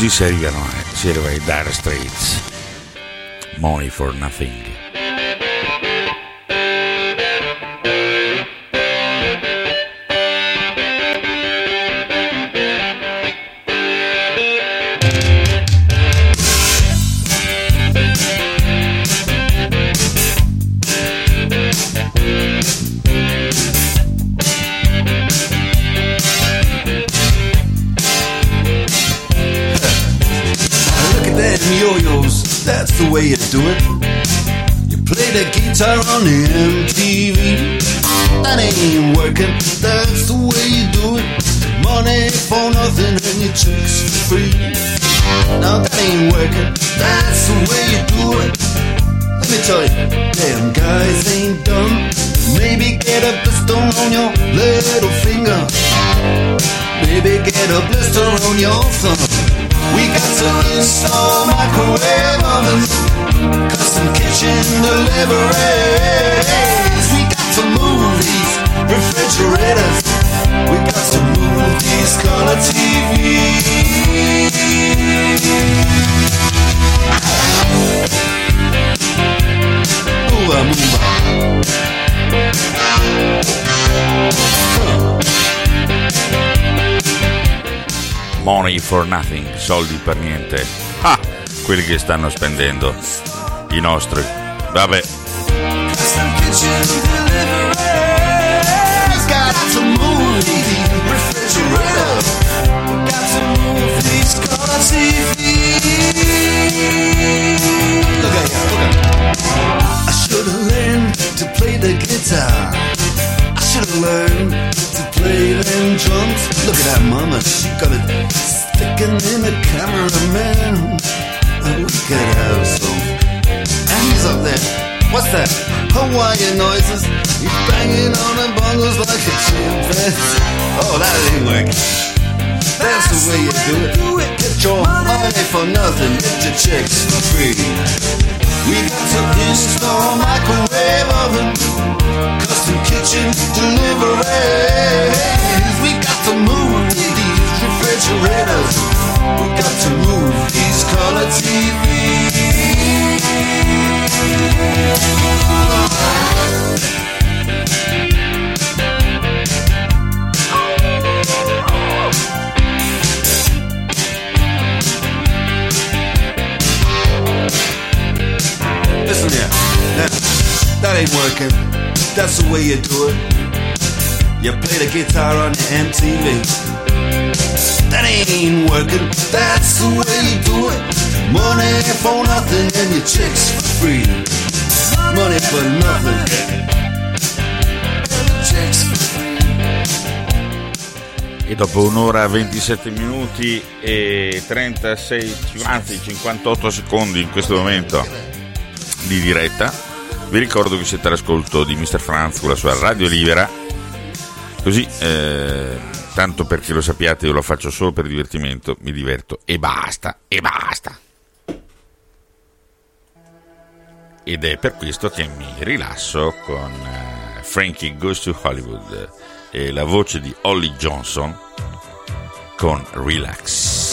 così si arrivano, si arriva ai Dire Straits. Money for Nothing. Yo-yos, that's the way you do it. You play the guitar on the M T V. That ain't working, that's the way you do it. Money for nothing and your chicks for free. Now that ain't working, that's the way you do it. Let me tell you, damn guys ain't dumb. Maybe get a blister on your little finger. Maybe get a blister on your thumb. We got to install microwave ovens, custom kitchen deliveries. We got to move these refrigerators. We got to move these color T Vs. Move on, move on. Money for nothing, soldi per niente. Ah, quelli che stanno spendendo i nostri. Vabbè. I should have learned to play the guitar. I should have learned to play them drums. Look at that mama, she got it sticking in the cameraman. Oh, we could have some. And he's up there. What's that? Hawaiian noises. He's banging on the bongos like a chimpanzee. Oh, that ain't working. That's the way you do it. Get your money for nothing, get your chicks for free. We got to install microwave oven, custom kitchen deliveries. We got to move these refrigerators. We got to move these color T Vs. Listen here, now, that ain't working. That's the way you do it. You play the guitar on the M T V. That ain't working. That's the way you do it. Money for nothing and your chicks for free. Money for nothing. Chicks for free. E dopo un'ora ventisette minuti e trentasei, anzi cinquantotto secondi in questo momento di diretta, vi ricordo che siete all'ascolto di mister Franz con la sua Radio Libera. Così, eh, tanto perché lo sappiate, io lo faccio solo per divertimento, mi diverto e basta, e basta. Ed è per questo che mi rilasso con uh, Frankie Goes to Hollywood e la voce di Holly Johnson con Relax.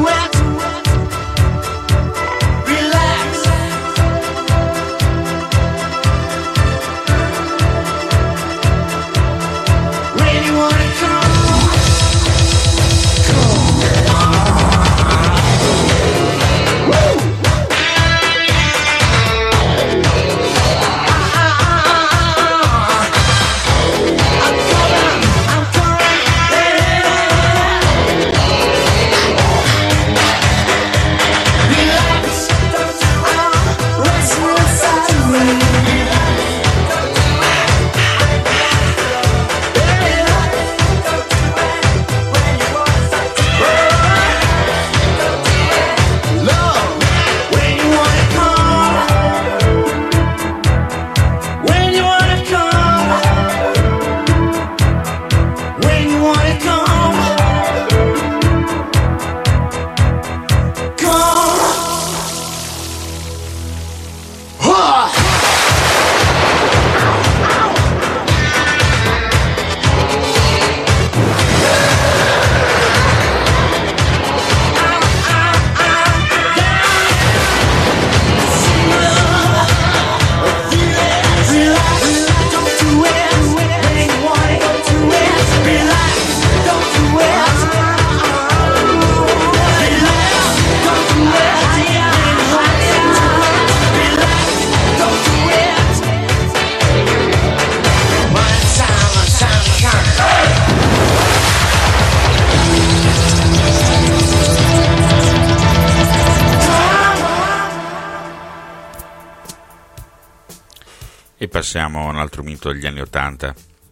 E passiamo a un altro mito degli anni Ottanta.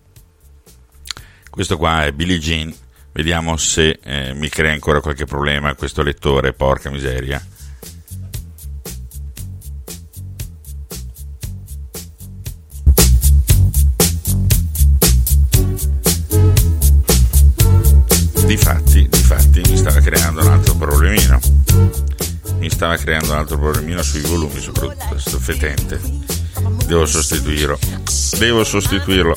Questo qua è Billie Jean. Vediamo se eh, mi crea ancora qualche problema questo lettore, porca miseria. Difatti, difatti mi stava creando un altro problemino. Mi stava creando un altro problemino sui volumi, soprattutto, sto fetente. Devo sostituirlo. Devo sostituirlo.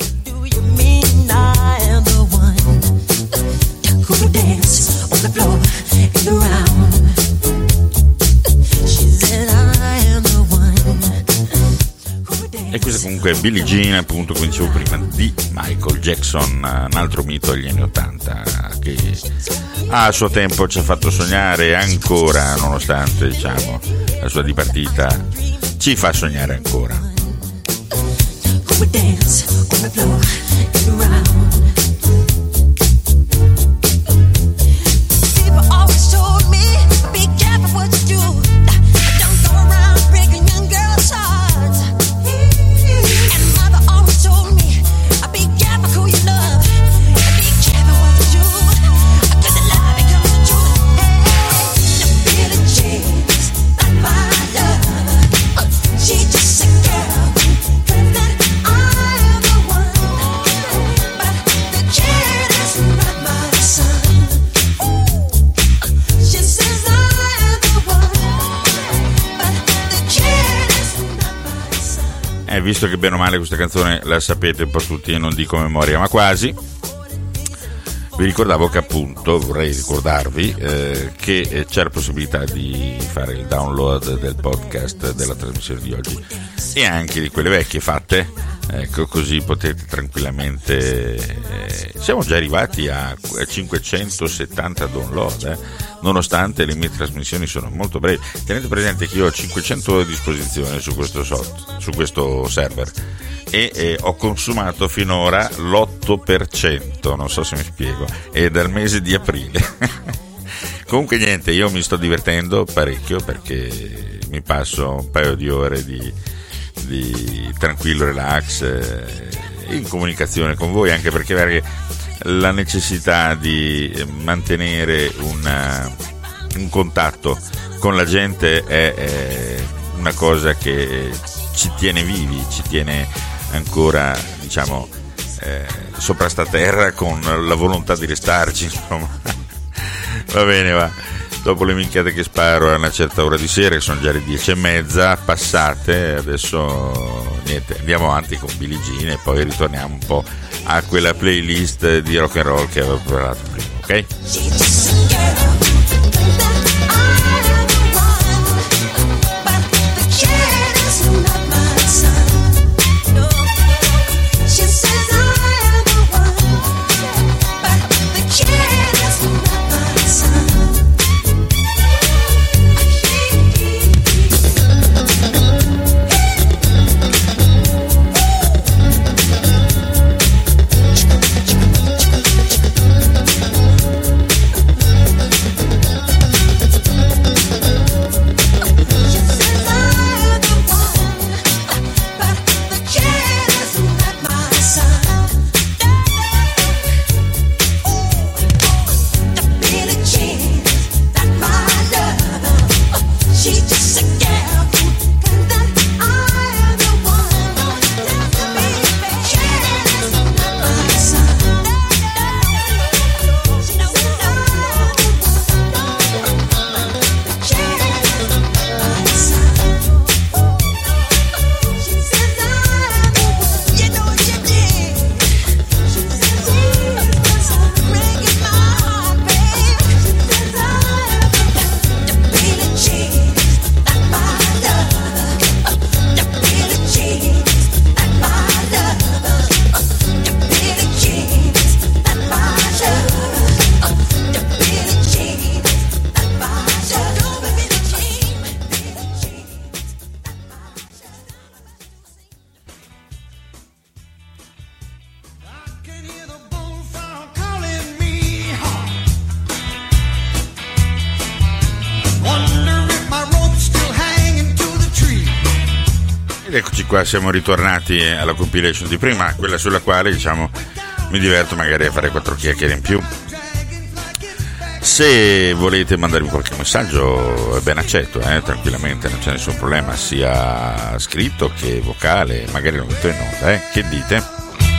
E questo comunque è Billie Jean, appunto, come dicevo prima, di Michael Jackson, un altro mito degli anni Ottanta che a suo tempo ci ha fatto sognare ancora, nonostante, diciamo, la sua dipartita, ci fa sognare ancora. We dance on the floor and around. People always told me, be careful what you do. Don't go around breaking young girls' hearts. And mother always told me, be careful who you love. Be careful what you do. Cause the lie becomes the truth. Hey, the Billie Jean's not my love. She's just a girl. Eh, visto che bene o male questa canzone la sapete un po' tutti, e non dico memoria ma quasi, vi ricordavo che appunto, vorrei ricordarvi eh, che c'è la possibilità di fare il download del podcast della trasmissione di oggi e anche di quelle vecchie fatte, ecco, così potete tranquillamente eh, siamo già arrivati a cinquecentosettanta download, eh, nonostante le mie trasmissioni sono molto brevi. Tenete presente che io ho cinquecento ore a disposizione su questo, soft, su questo server e eh, ho consumato finora l'otto per cento, non so se mi spiego, è dal mese di aprile. Comunque niente, io mi sto divertendo parecchio perché mi passo un paio di ore di, di tranquillo relax eh, in comunicazione con voi, anche perché, perché la necessità di mantenere una, un contatto con la gente è, è una cosa che ci tiene vivi, ci tiene ancora, diciamo, eh, sopra sta terra, con la volontà di restarci, insomma. Va bene, va. Dopo le minchiate che sparo a una certa ora di sera, che sono già le dieci e mezza passate, adesso niente, andiamo avanti con Billie Jean e poi ritorniamo un po' a quella playlist di rock and roll che avevo preparato prima, ok? Ed eccoci qua, siamo ritornati alla compilation di prima, quella sulla quale, diciamo, mi diverto magari a fare quattro chiacchiere in più. Se volete mandarmi qualche messaggio è ben accetto, eh, tranquillamente, non c'è nessun problema, sia scritto che vocale, magari non metto in nota, eh, che dite?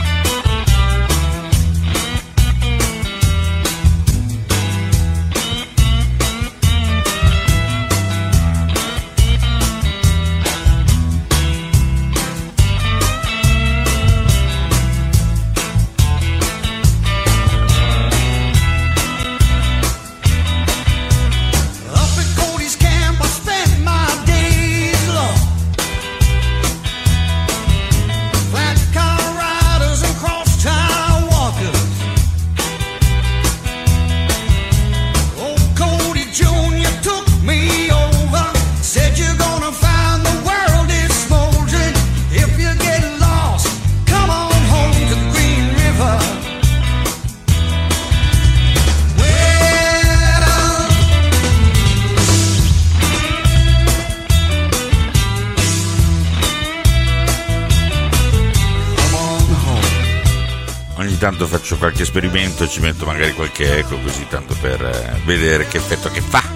Tanto faccio qualche esperimento, ci metto magari qualche eco così, tanto per eh, vedere che effetto che fa.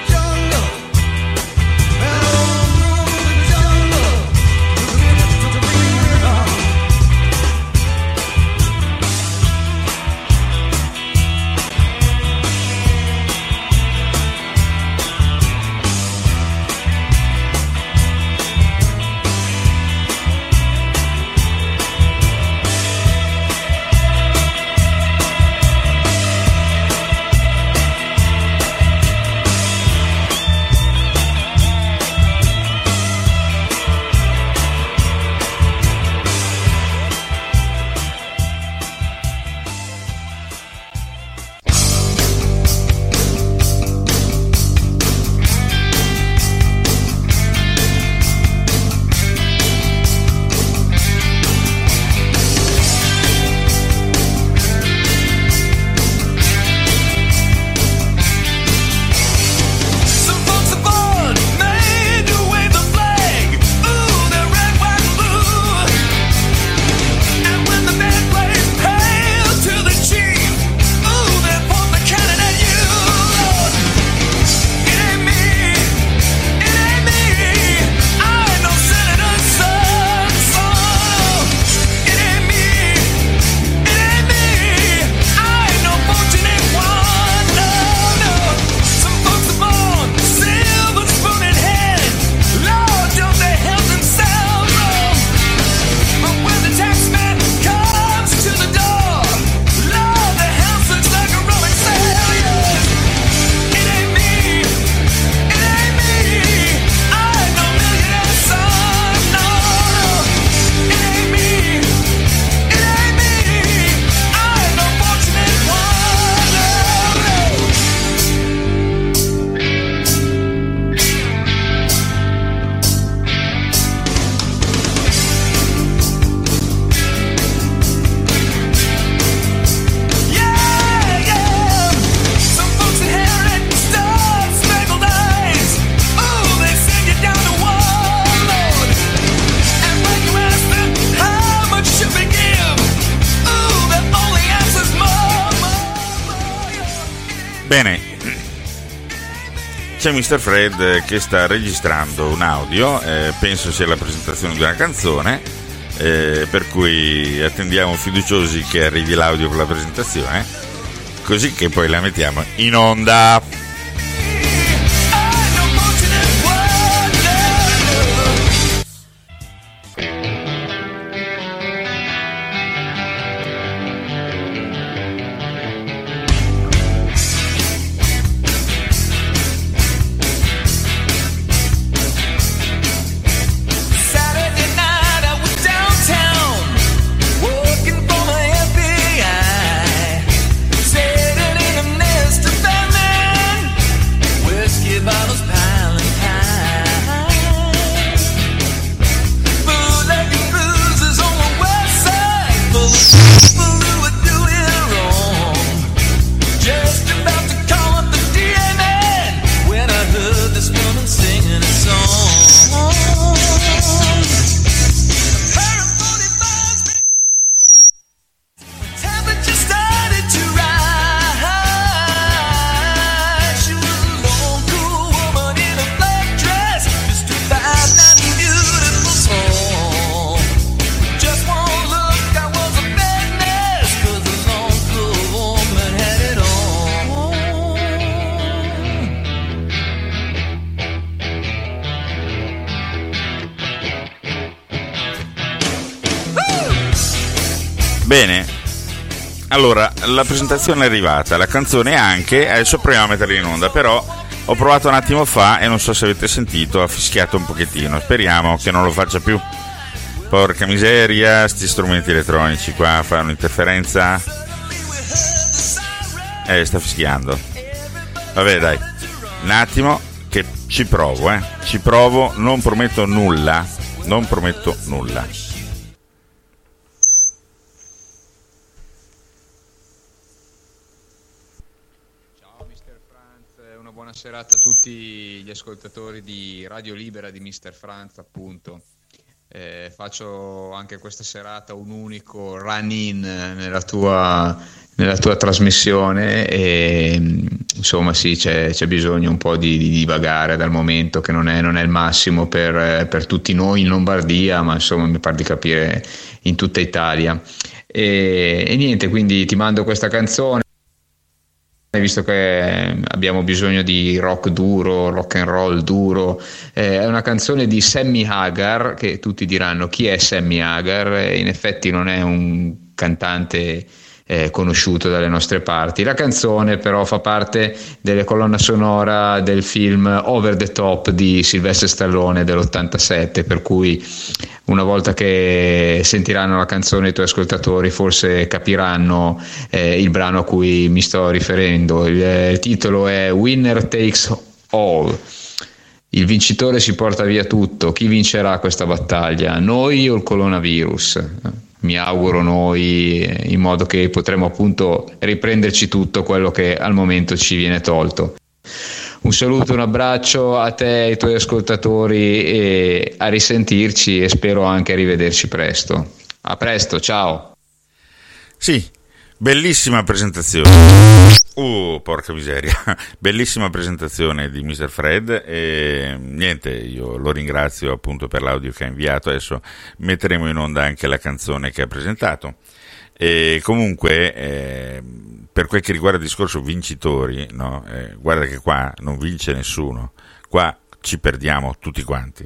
Bene, c'è mister Fred che sta registrando un audio, eh, penso sia la presentazione di una canzone, eh, per cui attendiamo fiduciosi che arrivi l'audio con la presentazione, così che poi la mettiamo in onda. Sitting in the midst of Batman. Bene, allora la presentazione è arrivata, la canzone anche, adesso proviamo a metterla in onda, però ho provato un attimo fa e non so se avete sentito, ha fischiato un pochettino, speriamo che non lo faccia più. Porca miseria, sti strumenti elettronici qua fanno un'interferenza. Eh, sta fischiando. Vabbè, dai, un attimo che ci provo, eh. Ci provo, non prometto nulla, non prometto nulla. Ciao mister Franz, una buona serata a tutti gli ascoltatori di Radio Libera di mister Franz, appunto. Eh, faccio anche questa serata un unico run-in nella tua, nella tua trasmissione e insomma sì, c'è, c'è bisogno un po' di, di divagare dal momento che non è, non è il massimo per, per tutti noi in Lombardia, ma insomma mi pare di capire in tutta Italia. E, e niente, quindi ti mando questa canzone, visto che abbiamo bisogno di rock duro, rock and roll duro. Eh, è una canzone di Sammy Hagar, che tutti diranno chi è Sammy Hagar, e in effetti non è un cantante eh, conosciuto dalle nostre parti. La canzone però fa parte delle colonna sonora del film Over the Top di Sylvester Stallone dell'ottantasette, per cui una volta che sentiranno la canzone i tuoi ascoltatori forse capiranno eh, il brano a cui mi sto riferendo. Il, il titolo è Winner Takes All. Il vincitore si porta via tutto. Chi vincerà questa battaglia? Noi o il coronavirus? Mi auguro noi, in modo che potremo appunto riprenderci tutto quello che al momento ci viene tolto. Un saluto, un abbraccio a te e ai tuoi ascoltatori e a risentirci, e spero anche a rivederci presto. A presto, ciao. Sì, bellissima presentazione. Uh, porca miseria. Bellissima presentazione di mister Fred e niente, io lo ringrazio appunto per l'audio che ha inviato. Adesso metteremo in onda anche la canzone che ha presentato. E comunque eh, per quel che riguarda il discorso vincitori, no? Eh, guarda che qua non vince nessuno, qua ci perdiamo tutti quanti.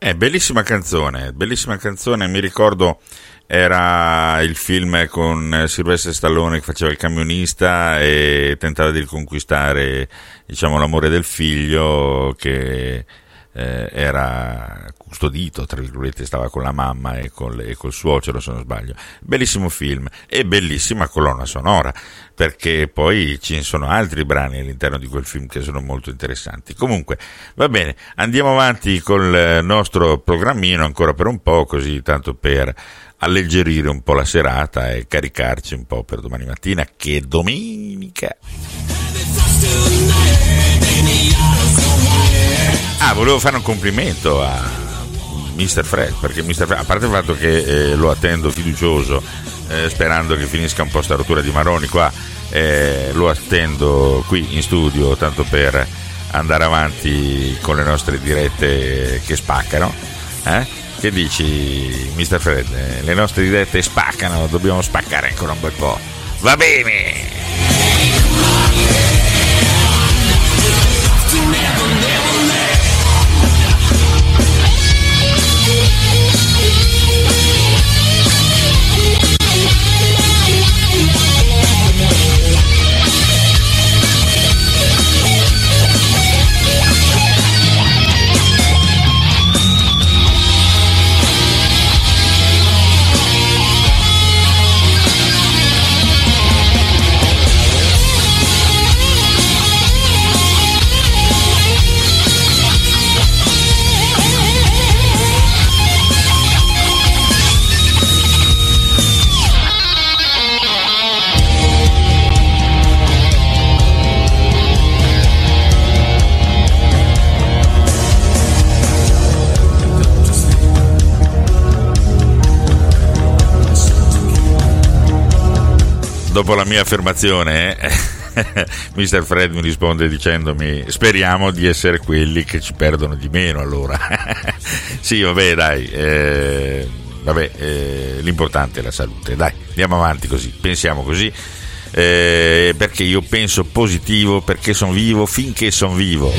Eh, bellissima canzone, bellissima canzone, mi ricordo era il film con Sylvester Stallone che faceva il camionista e tentava di riconquistare, diciamo, l'amore del figlio che eh, era custodito, tra virgolette, stava con la mamma e col, e col suocero, se non sbaglio. Bellissimo film e bellissima colonna sonora, perché poi ci sono altri brani all'interno di quel film che sono molto interessanti. Comunque, va bene, andiamo avanti col nostro programmino ancora per un po', così tanto per alleggerire un po' la serata e caricarci un po' per domani mattina, che è domenica. Ah, volevo fare un complimento a mister Fred, perché mister Fred, a parte il fatto che eh, lo attendo fiducioso, eh, sperando che finisca un po' sta rottura di maroni qua, eh, lo attendo qui in studio tanto per andare avanti con le nostre dirette che spaccano, eh? Che dici, mister Fred? Eh, le nostre dirette spaccano, dobbiamo spaccare ancora un bel po'. Va bene! Dopo la mia affermazione, mister Fred mi risponde dicendomi: speriamo di essere quelli che ci perdono di meno, allora. Sì, vabbè, dai, eh, vabbè, eh, l'importante è la salute, dai, andiamo avanti così, pensiamo così, eh, perché io penso positivo, perché sono vivo finché sono vivo.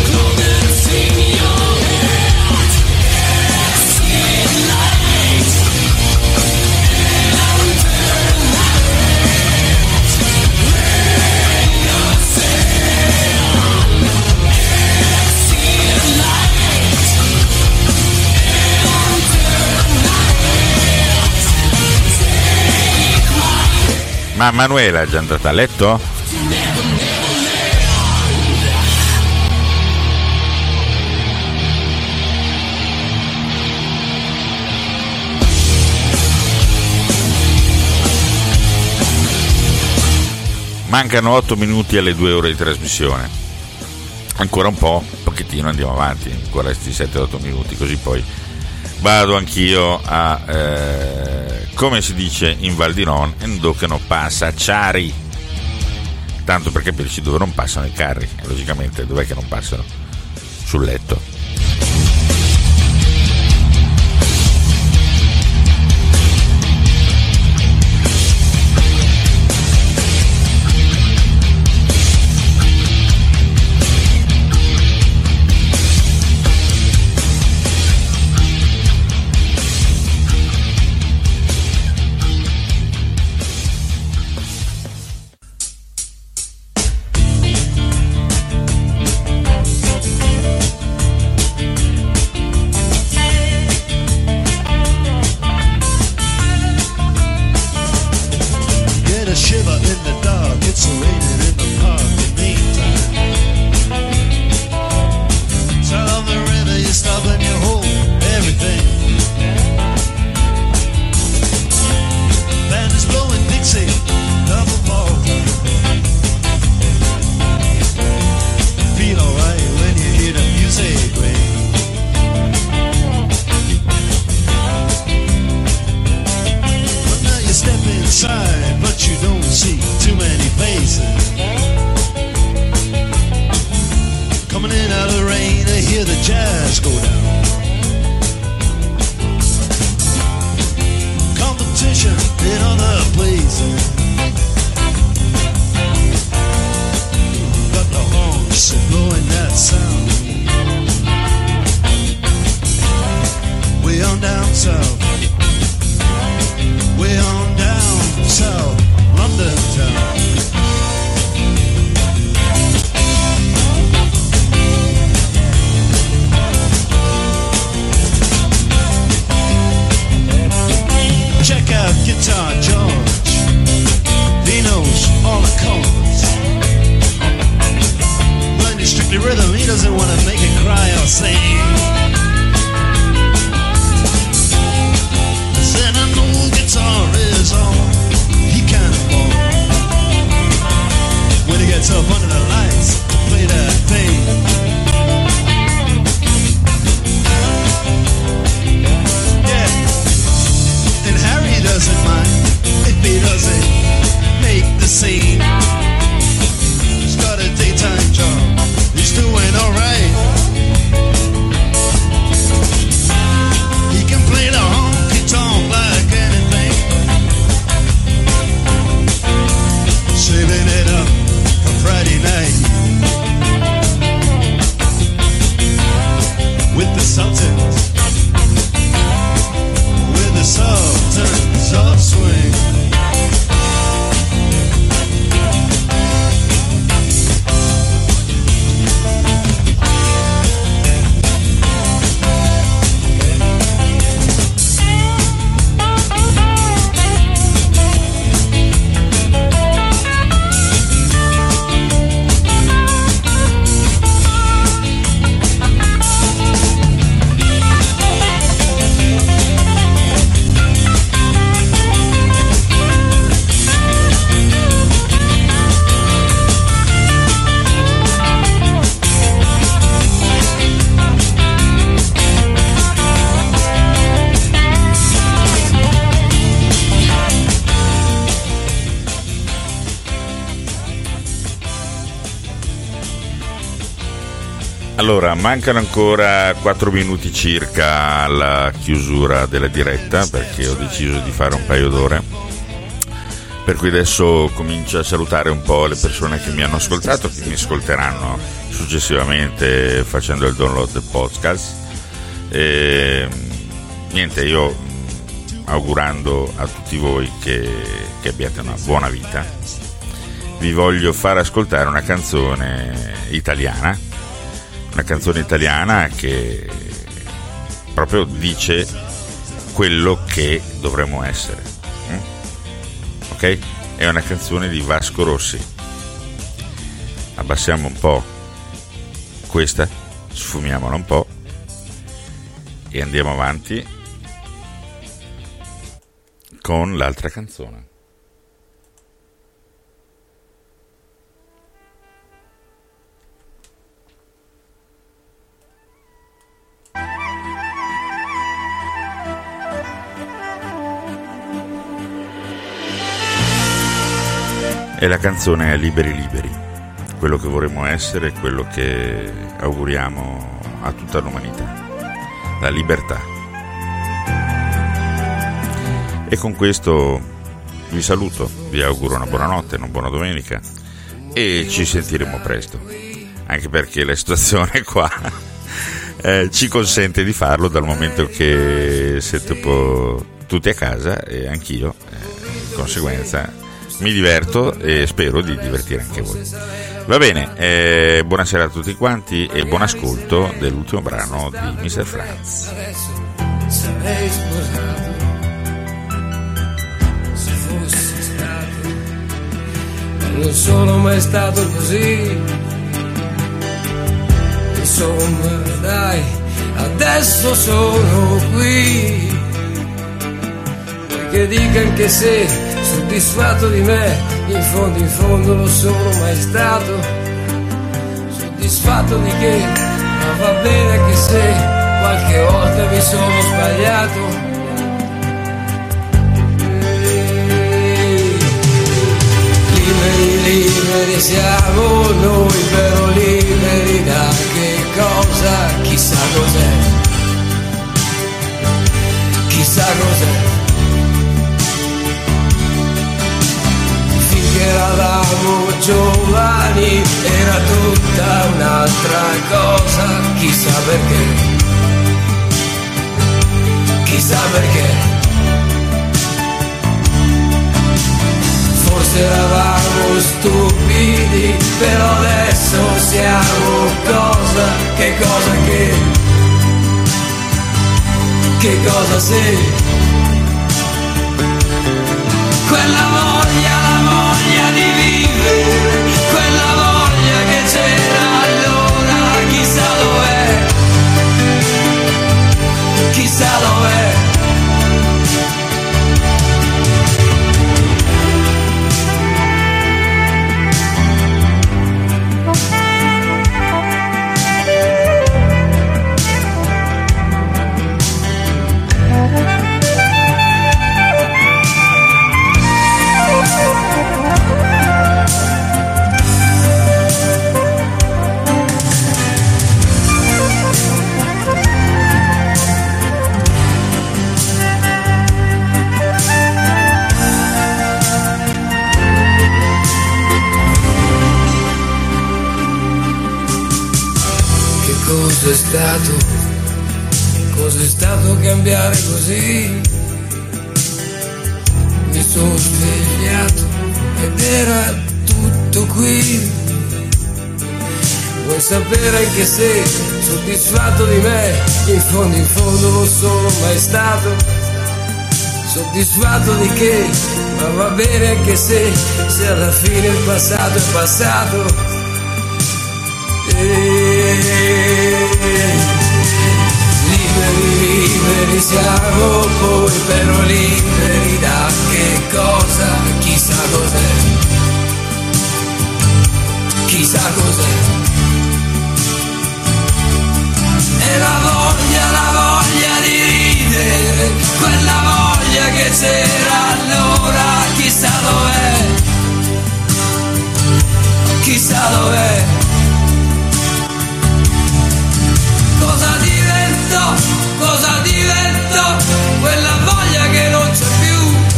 Ma Manuela è già andata a letto? Mancano otto minuti alle due ore di trasmissione. Ancora un po', un pochettino andiamo avanti, ancora questi sette otto minuti, così poi vado anch'io a, eh, come si dice in Val di Non, endo che non passa Ciari, tanto per capirci dove non passano i carri, logicamente dov'è che non passano? Sul letto. down south, way on down south, London town. Check out Guitar George, he knows all the chords. When it's strictly rhythm, he doesn't want to make it cry or sing. I said an old guitar is all he can afford. When he gets up under the lights to play that thing. Doesn't mind if he doesn't make the scene. He's got a daytime job, he's doing alright. He can play the honky tonk like anything, saving it up for Friday night with the Sultans, with the Sultans of swing. Allora, mancano ancora quattro minuti circa alla chiusura della diretta, perché ho deciso di fare un paio d'ore, per cui adesso comincio a salutare un po' le persone che mi hanno ascoltato, che mi ascolteranno successivamente facendo il download del podcast. E niente, io augurando a tutti voi che, che abbiate una buona vita, vi voglio far ascoltare una canzone italiana. Una canzone italiana che proprio dice quello che dovremmo essere. Mm? Ok? È una canzone di Vasco Rossi. Abbassiamo un po' questa, sfumiamola un po' e andiamo avanti con l'altra canzone. E la canzone è Liberi Liberi, quello che vorremmo essere, quello che auguriamo a tutta l'umanità, la libertà. E con questo vi saluto, vi auguro una buona notte, una buona domenica e ci sentiremo presto, anche perché la situazione qua eh, ci consente di farlo, dal momento che siete un po' tutti a casa e anch'io, eh, di conseguenza mi diverto e spero di divertire anche voi. Va bene, eh, buonasera a tutti quanti e buon ascolto dell'ultimo brano di mister Franz. Sarei sposato se fossi stato, ma non sono mai stato così. Insomma, dai, adesso sono qui. Vuoi che dica anche se soddisfatto di me, in fondo in fondo lo sono mai stato. Soddisfatto di che, ma va bene anche se qualche volta mi sono sbagliato. Liberi, liberi siamo noi, però liberi da che cosa? Chissà cos'è, chissà cos'è. Eravamo giovani, era tutta un'altra cosa, chissà perché, chissà perché. Forse eravamo stupidi, però adesso siamo cosa, che cosa che, che cosa sei. Quella voglia, la voglia di vivere, quella voglia che c'era allora, chissà dov'è, chissà dov'è. Cos'è stato, cos'è stato cambiare così? Mi sono svegliato ed era tutto qui. Vuoi sapere anche se soddisfatto di me? In fondo, in fondo non sono mai stato soddisfatto di che, ma va bene anche se, se alla fine il passato è passato. Liberi, liberi siamo poi, però liberi da che cosa? Chissà cos'è, chissà cos'è. E la voglia, la voglia di ridere, quella voglia che c'era allora, chissà dov'è, chissà dov'è. Cosa divento, cosa divento, quella voglia che non c'è più.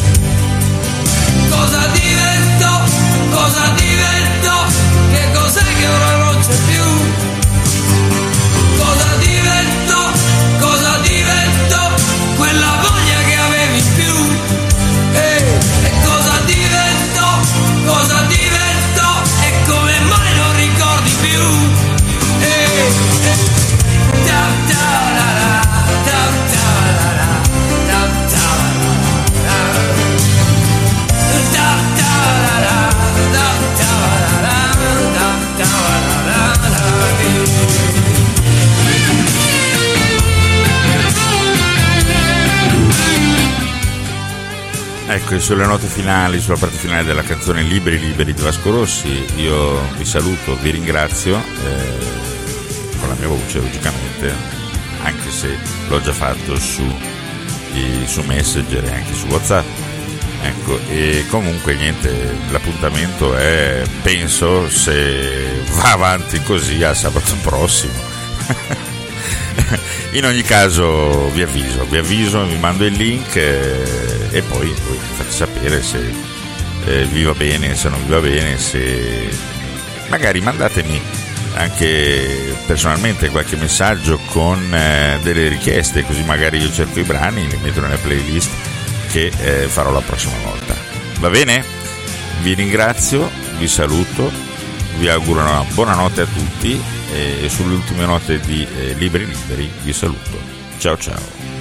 Cosa divento, cosa divento, che cos'è che ora non c'è più. Cosa divento, cosa divento, quella voglia che avevi in più. E, e cosa divento, cosa divento, e come mai non ricordi più. E, e, Ecco, sulle note finali, sulla parte finale della canzone Liberi Liberi di Vasco Rossi, io vi saluto, vi ringrazio, eh, con la mia voce logicamente, anche se l'ho già fatto su, i, su Messenger e anche su WhatsApp. Ecco, e comunque niente, l'appuntamento è, penso, se va avanti così, a sabato prossimo. In ogni caso vi avviso, vi avviso, vi mando il link eh, e poi voi fate sapere se eh, vi va bene, se non vi va bene, se magari mandatemi anche personalmente qualche messaggio con eh, delle richieste, così magari io cerco i brani, li metto nelle playlist che eh, farò la prossima volta. Va bene? Vi ringrazio, vi saluto, vi auguro una buonanotte a tutti e sulle ultime note di eh, Liberi Liberi vi saluto. Ciao ciao.